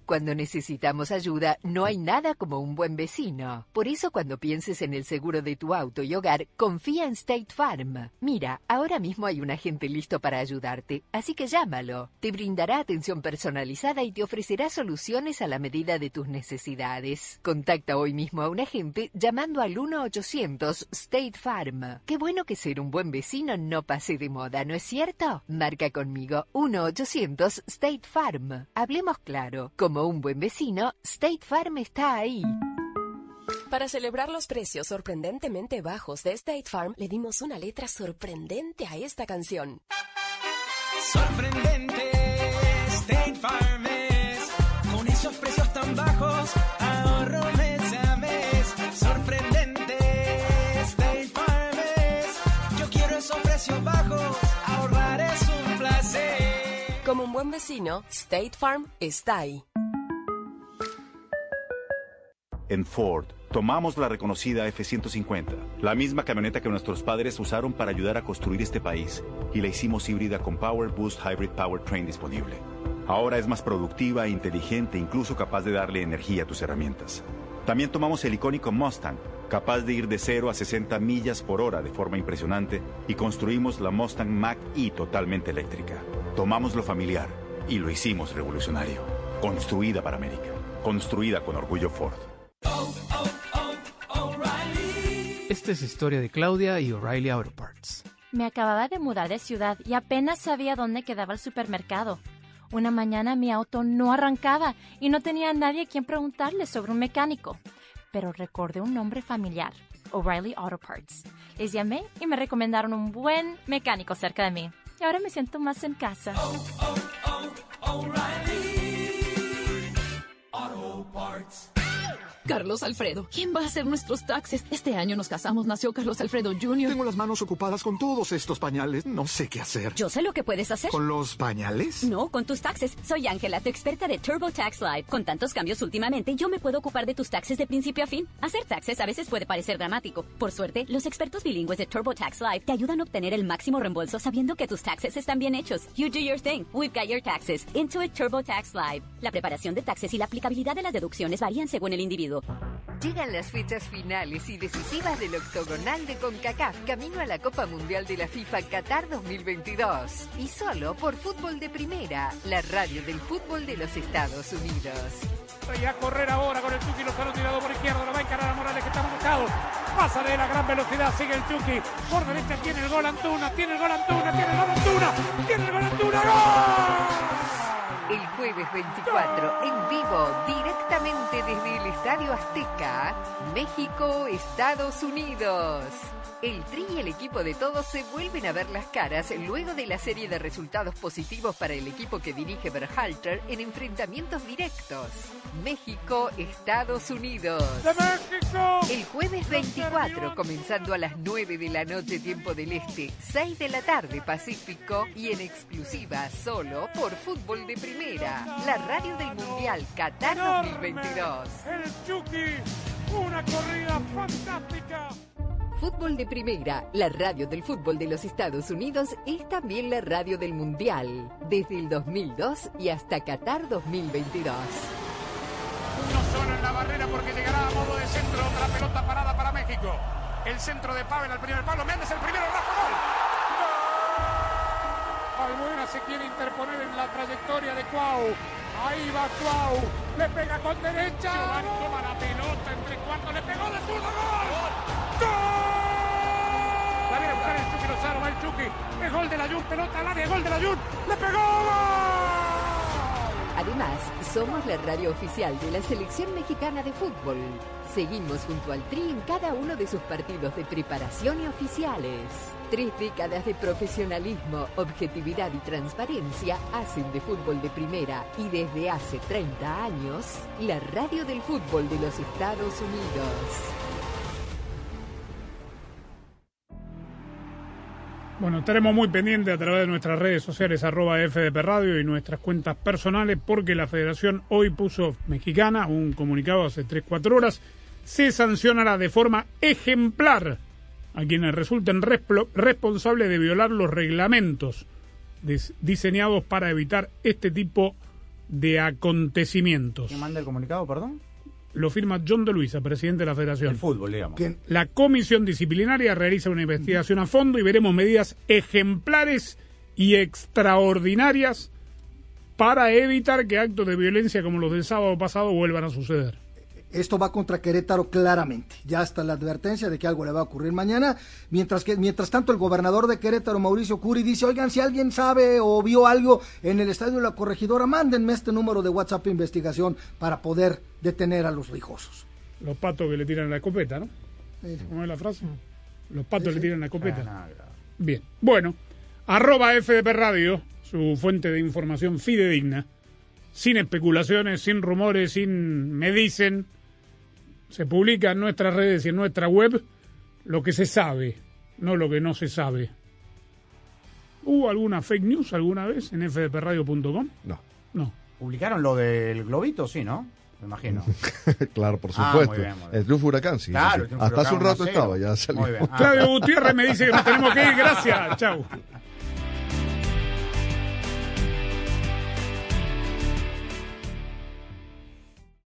[SPEAKER 7] Cuando necesitamos ayuda, no hay nada como un buen vecino. Por eso, cuando pienses en el seguro de tu auto y hogar, confía en State Farm. Mira, ahora mismo hay un agente listo para ayudarte, así que llámalo. Te brindará atención personalizada y te ofrecerá soluciones a la medida de tus necesidades. Contacta hoy mismo a un agente llamando al uno ochocientos State Farm. Qué bueno que ser un buen vecino no pase de moda, ¿no es cierto? Marca conmigo uno ochocientos State Farm. Hablemos claro. Como un buen vecino, State Farm está ahí.
[SPEAKER 19] Para celebrar los precios sorprendentemente bajos de State Farm, le dimos una letra sorprendente a esta canción.
[SPEAKER 10] Sorprendente, State Farm es. Con esos precios tan bajos, ahorro mes a mes. Sorprendente, State Farm es. Yo quiero esos precios bajos, ahorrar es un placer.
[SPEAKER 19] Como un buen vecino, State Farm está ahí.
[SPEAKER 22] En Ford, tomamos la reconocida F ciento cincuenta, la misma camioneta que nuestros padres usaron para ayudar a construir este país, y la hicimos híbrida con Power Boost Hybrid Powertrain disponible. Ahora es más productiva, inteligente e incluso capaz de darle energía a tus herramientas. También tomamos el icónico Mustang, capaz de ir de cero a sesenta millas por hora de forma impresionante, y construimos la Mustang Mach-E totalmente eléctrica. Tomamos lo familiar y lo hicimos revolucionario. Construida para América. Construida con orgullo Ford.
[SPEAKER 15] Esta es la historia de Claudia y O'Reilly Auto Parts.
[SPEAKER 16] Me acababa de mudar de ciudad y apenas sabía dónde quedaba el supermercado. Una mañana mi auto no arrancaba y no tenía a nadie a quien preguntarle sobre un mecánico. Pero recordé un nombre familiar, O'Reilly Auto Parts. Les llamé y me recomendaron un buen mecánico cerca de mí. Y ahora me siento más en casa.
[SPEAKER 10] Oh, oh, oh, O'Reilly Auto Parts.
[SPEAKER 17] Carlos Alfredo, ¿quién va a hacer nuestros taxes? Este año nos casamos, nació Carlos Alfredo junior
[SPEAKER 24] Tengo las manos ocupadas con todos estos pañales. No sé qué hacer.
[SPEAKER 18] Yo sé lo que puedes hacer.
[SPEAKER 24] ¿Con los pañales?
[SPEAKER 18] No, con tus taxes. Soy Ángela, tu experta de TurboTax Live. Con tantos cambios últimamente, yo me puedo ocupar de tus taxes de principio a fin. Hacer taxes a veces puede parecer dramático. Por suerte, los expertos bilingües de TurboTax Live te ayudan a obtener el máximo reembolso sabiendo que tus taxes están bien hechos. You do your thing. We've got your taxes. Intuit TurboTax Live. La preparación de taxes y la aplicabilidad de las deducciones varían según el individuo.
[SPEAKER 7] Llegan las fechas finales y decisivas del octogonal de CONCACAF camino a la Copa Mundial de la FIFA Qatar dos mil veintidós. Y solo por Fútbol de Primera, la radio del fútbol de los Estados Unidos.
[SPEAKER 2] Y a correr ahora con el Chucky Lozano tirado por izquierda, lo va a encarar a Morales que está buscado. Pasa de la gran velocidad, sigue el Chucky. Por derecha tiene el gol Antuna, tiene el gol Antuna, tiene el gol Antuna, tiene el gol Antuna, ¡gol!
[SPEAKER 7] El jueves veinticuatro, en vivo, directamente desde el Estadio Azteca, México, Estados Unidos. El Tri y el equipo de todos se vuelven a ver las caras luego de la serie de resultados positivos para el equipo que dirige Berhalter en enfrentamientos directos. México, Estados Unidos.
[SPEAKER 2] ¡De México!
[SPEAKER 7] El jueves veinticuatro, comenzando a las nueve de la noche, tiempo del Este, seis de la tarde, Pacífico, y en exclusiva solo por Fútbol de Primera, la radio del Mundial Qatar dos mil veintidós.
[SPEAKER 2] El Chucky, una corrida fantástica.
[SPEAKER 7] Fútbol de Primera, la radio del fútbol de los Estados Unidos, es también la radio del Mundial, desde el dos mil dos y hasta Qatar dos mil veintidós.
[SPEAKER 2] Uno solo en la barrera porque llegará a modo de centro, otra pelota parada para México. El centro de Pavel al primer palo, Méndez el primero, Rafa, gol. ¡Gol! Albuena se quiere interponer en la trayectoria de Cuau. Ahí va Cuau, le pega con derecha. Giovanni toma la pelota entre cuartos, le pegó de zurdo, gol. ¡Gol! La viene a buscar el Chucky Lozano, va el Chucky. Es gol de la Jun, pelota al área, gol de la Jun. ¡Le pegó! ¡Gol!
[SPEAKER 7] Además, somos la radio oficial de la Selección Mexicana de Fútbol. Seguimos junto al Tri en cada uno de sus partidos de preparación y oficiales. Tres décadas de profesionalismo, objetividad y transparencia hacen de Fútbol de Primera y desde hace treinta años, la radio del fútbol de los Estados Unidos.
[SPEAKER 2] Bueno, estaremos muy pendientes a través de nuestras redes sociales, arroba F D P Radio y nuestras cuentas personales, porque la Federación hoy puso mexicana un comunicado hace tres cuatro horas. Se sancionará de forma ejemplar a quienes resulten responsables de violar los reglamentos diseñados para evitar este tipo de acontecimientos.
[SPEAKER 3] ¿Quién manda el comunicado, perdón?
[SPEAKER 2] Lo firma John de Luisa, presidente de la Federación.
[SPEAKER 3] El fútbol, digamos.
[SPEAKER 5] ¿Quién?
[SPEAKER 2] La comisión disciplinaria realiza una investigación a fondo y veremos medidas ejemplares y extraordinarias para evitar que actos de violencia como los del sábado pasado vuelvan a suceder.
[SPEAKER 5] Esto va contra Querétaro claramente. Ya está la advertencia de que algo le va a ocurrir mañana. Mientras que, mientras tanto, el gobernador de Querétaro, Mauricio Curi, dice, oigan, si alguien sabe o vio algo en el estadio de la Corregidora, mándenme este número de WhatsApp de investigación para poder detener a los rijosos.
[SPEAKER 2] Los patos que le tiran la escopeta, ¿no?
[SPEAKER 5] Sí.
[SPEAKER 2] ¿Cómo es la frase? Los patos
[SPEAKER 5] Sí, sí.
[SPEAKER 2] le tiran la escopeta.
[SPEAKER 3] Ah, no, no.
[SPEAKER 2] Bien. Bueno, arroba F D P Radio, su fuente de información fidedigna, sin especulaciones, sin rumores, sin me dicen. Se publica en nuestras redes y en nuestra web lo que se sabe, no lo que no se sabe. ¿Hubo alguna fake news alguna vez en f d p radio punto com?
[SPEAKER 6] No.
[SPEAKER 2] No.
[SPEAKER 3] ¿Publicaron lo del globito? Sí, ¿no? Me imagino.
[SPEAKER 6] Claro, por
[SPEAKER 3] Ah,
[SPEAKER 6] supuesto.
[SPEAKER 3] muy bien, muy bien.
[SPEAKER 6] El Triunfo Huracán, sí.
[SPEAKER 3] Claro,
[SPEAKER 6] sí,
[SPEAKER 3] el
[SPEAKER 6] sí.
[SPEAKER 3] Triunfo
[SPEAKER 6] Hasta hace un
[SPEAKER 3] Huracán
[SPEAKER 6] rato
[SPEAKER 3] uno a cero.
[SPEAKER 6] estaba, ya salió.
[SPEAKER 3] Muy bien. Ah.
[SPEAKER 2] Claudio Gutiérrez me dice que nos tenemos que ir. Gracias. Chau.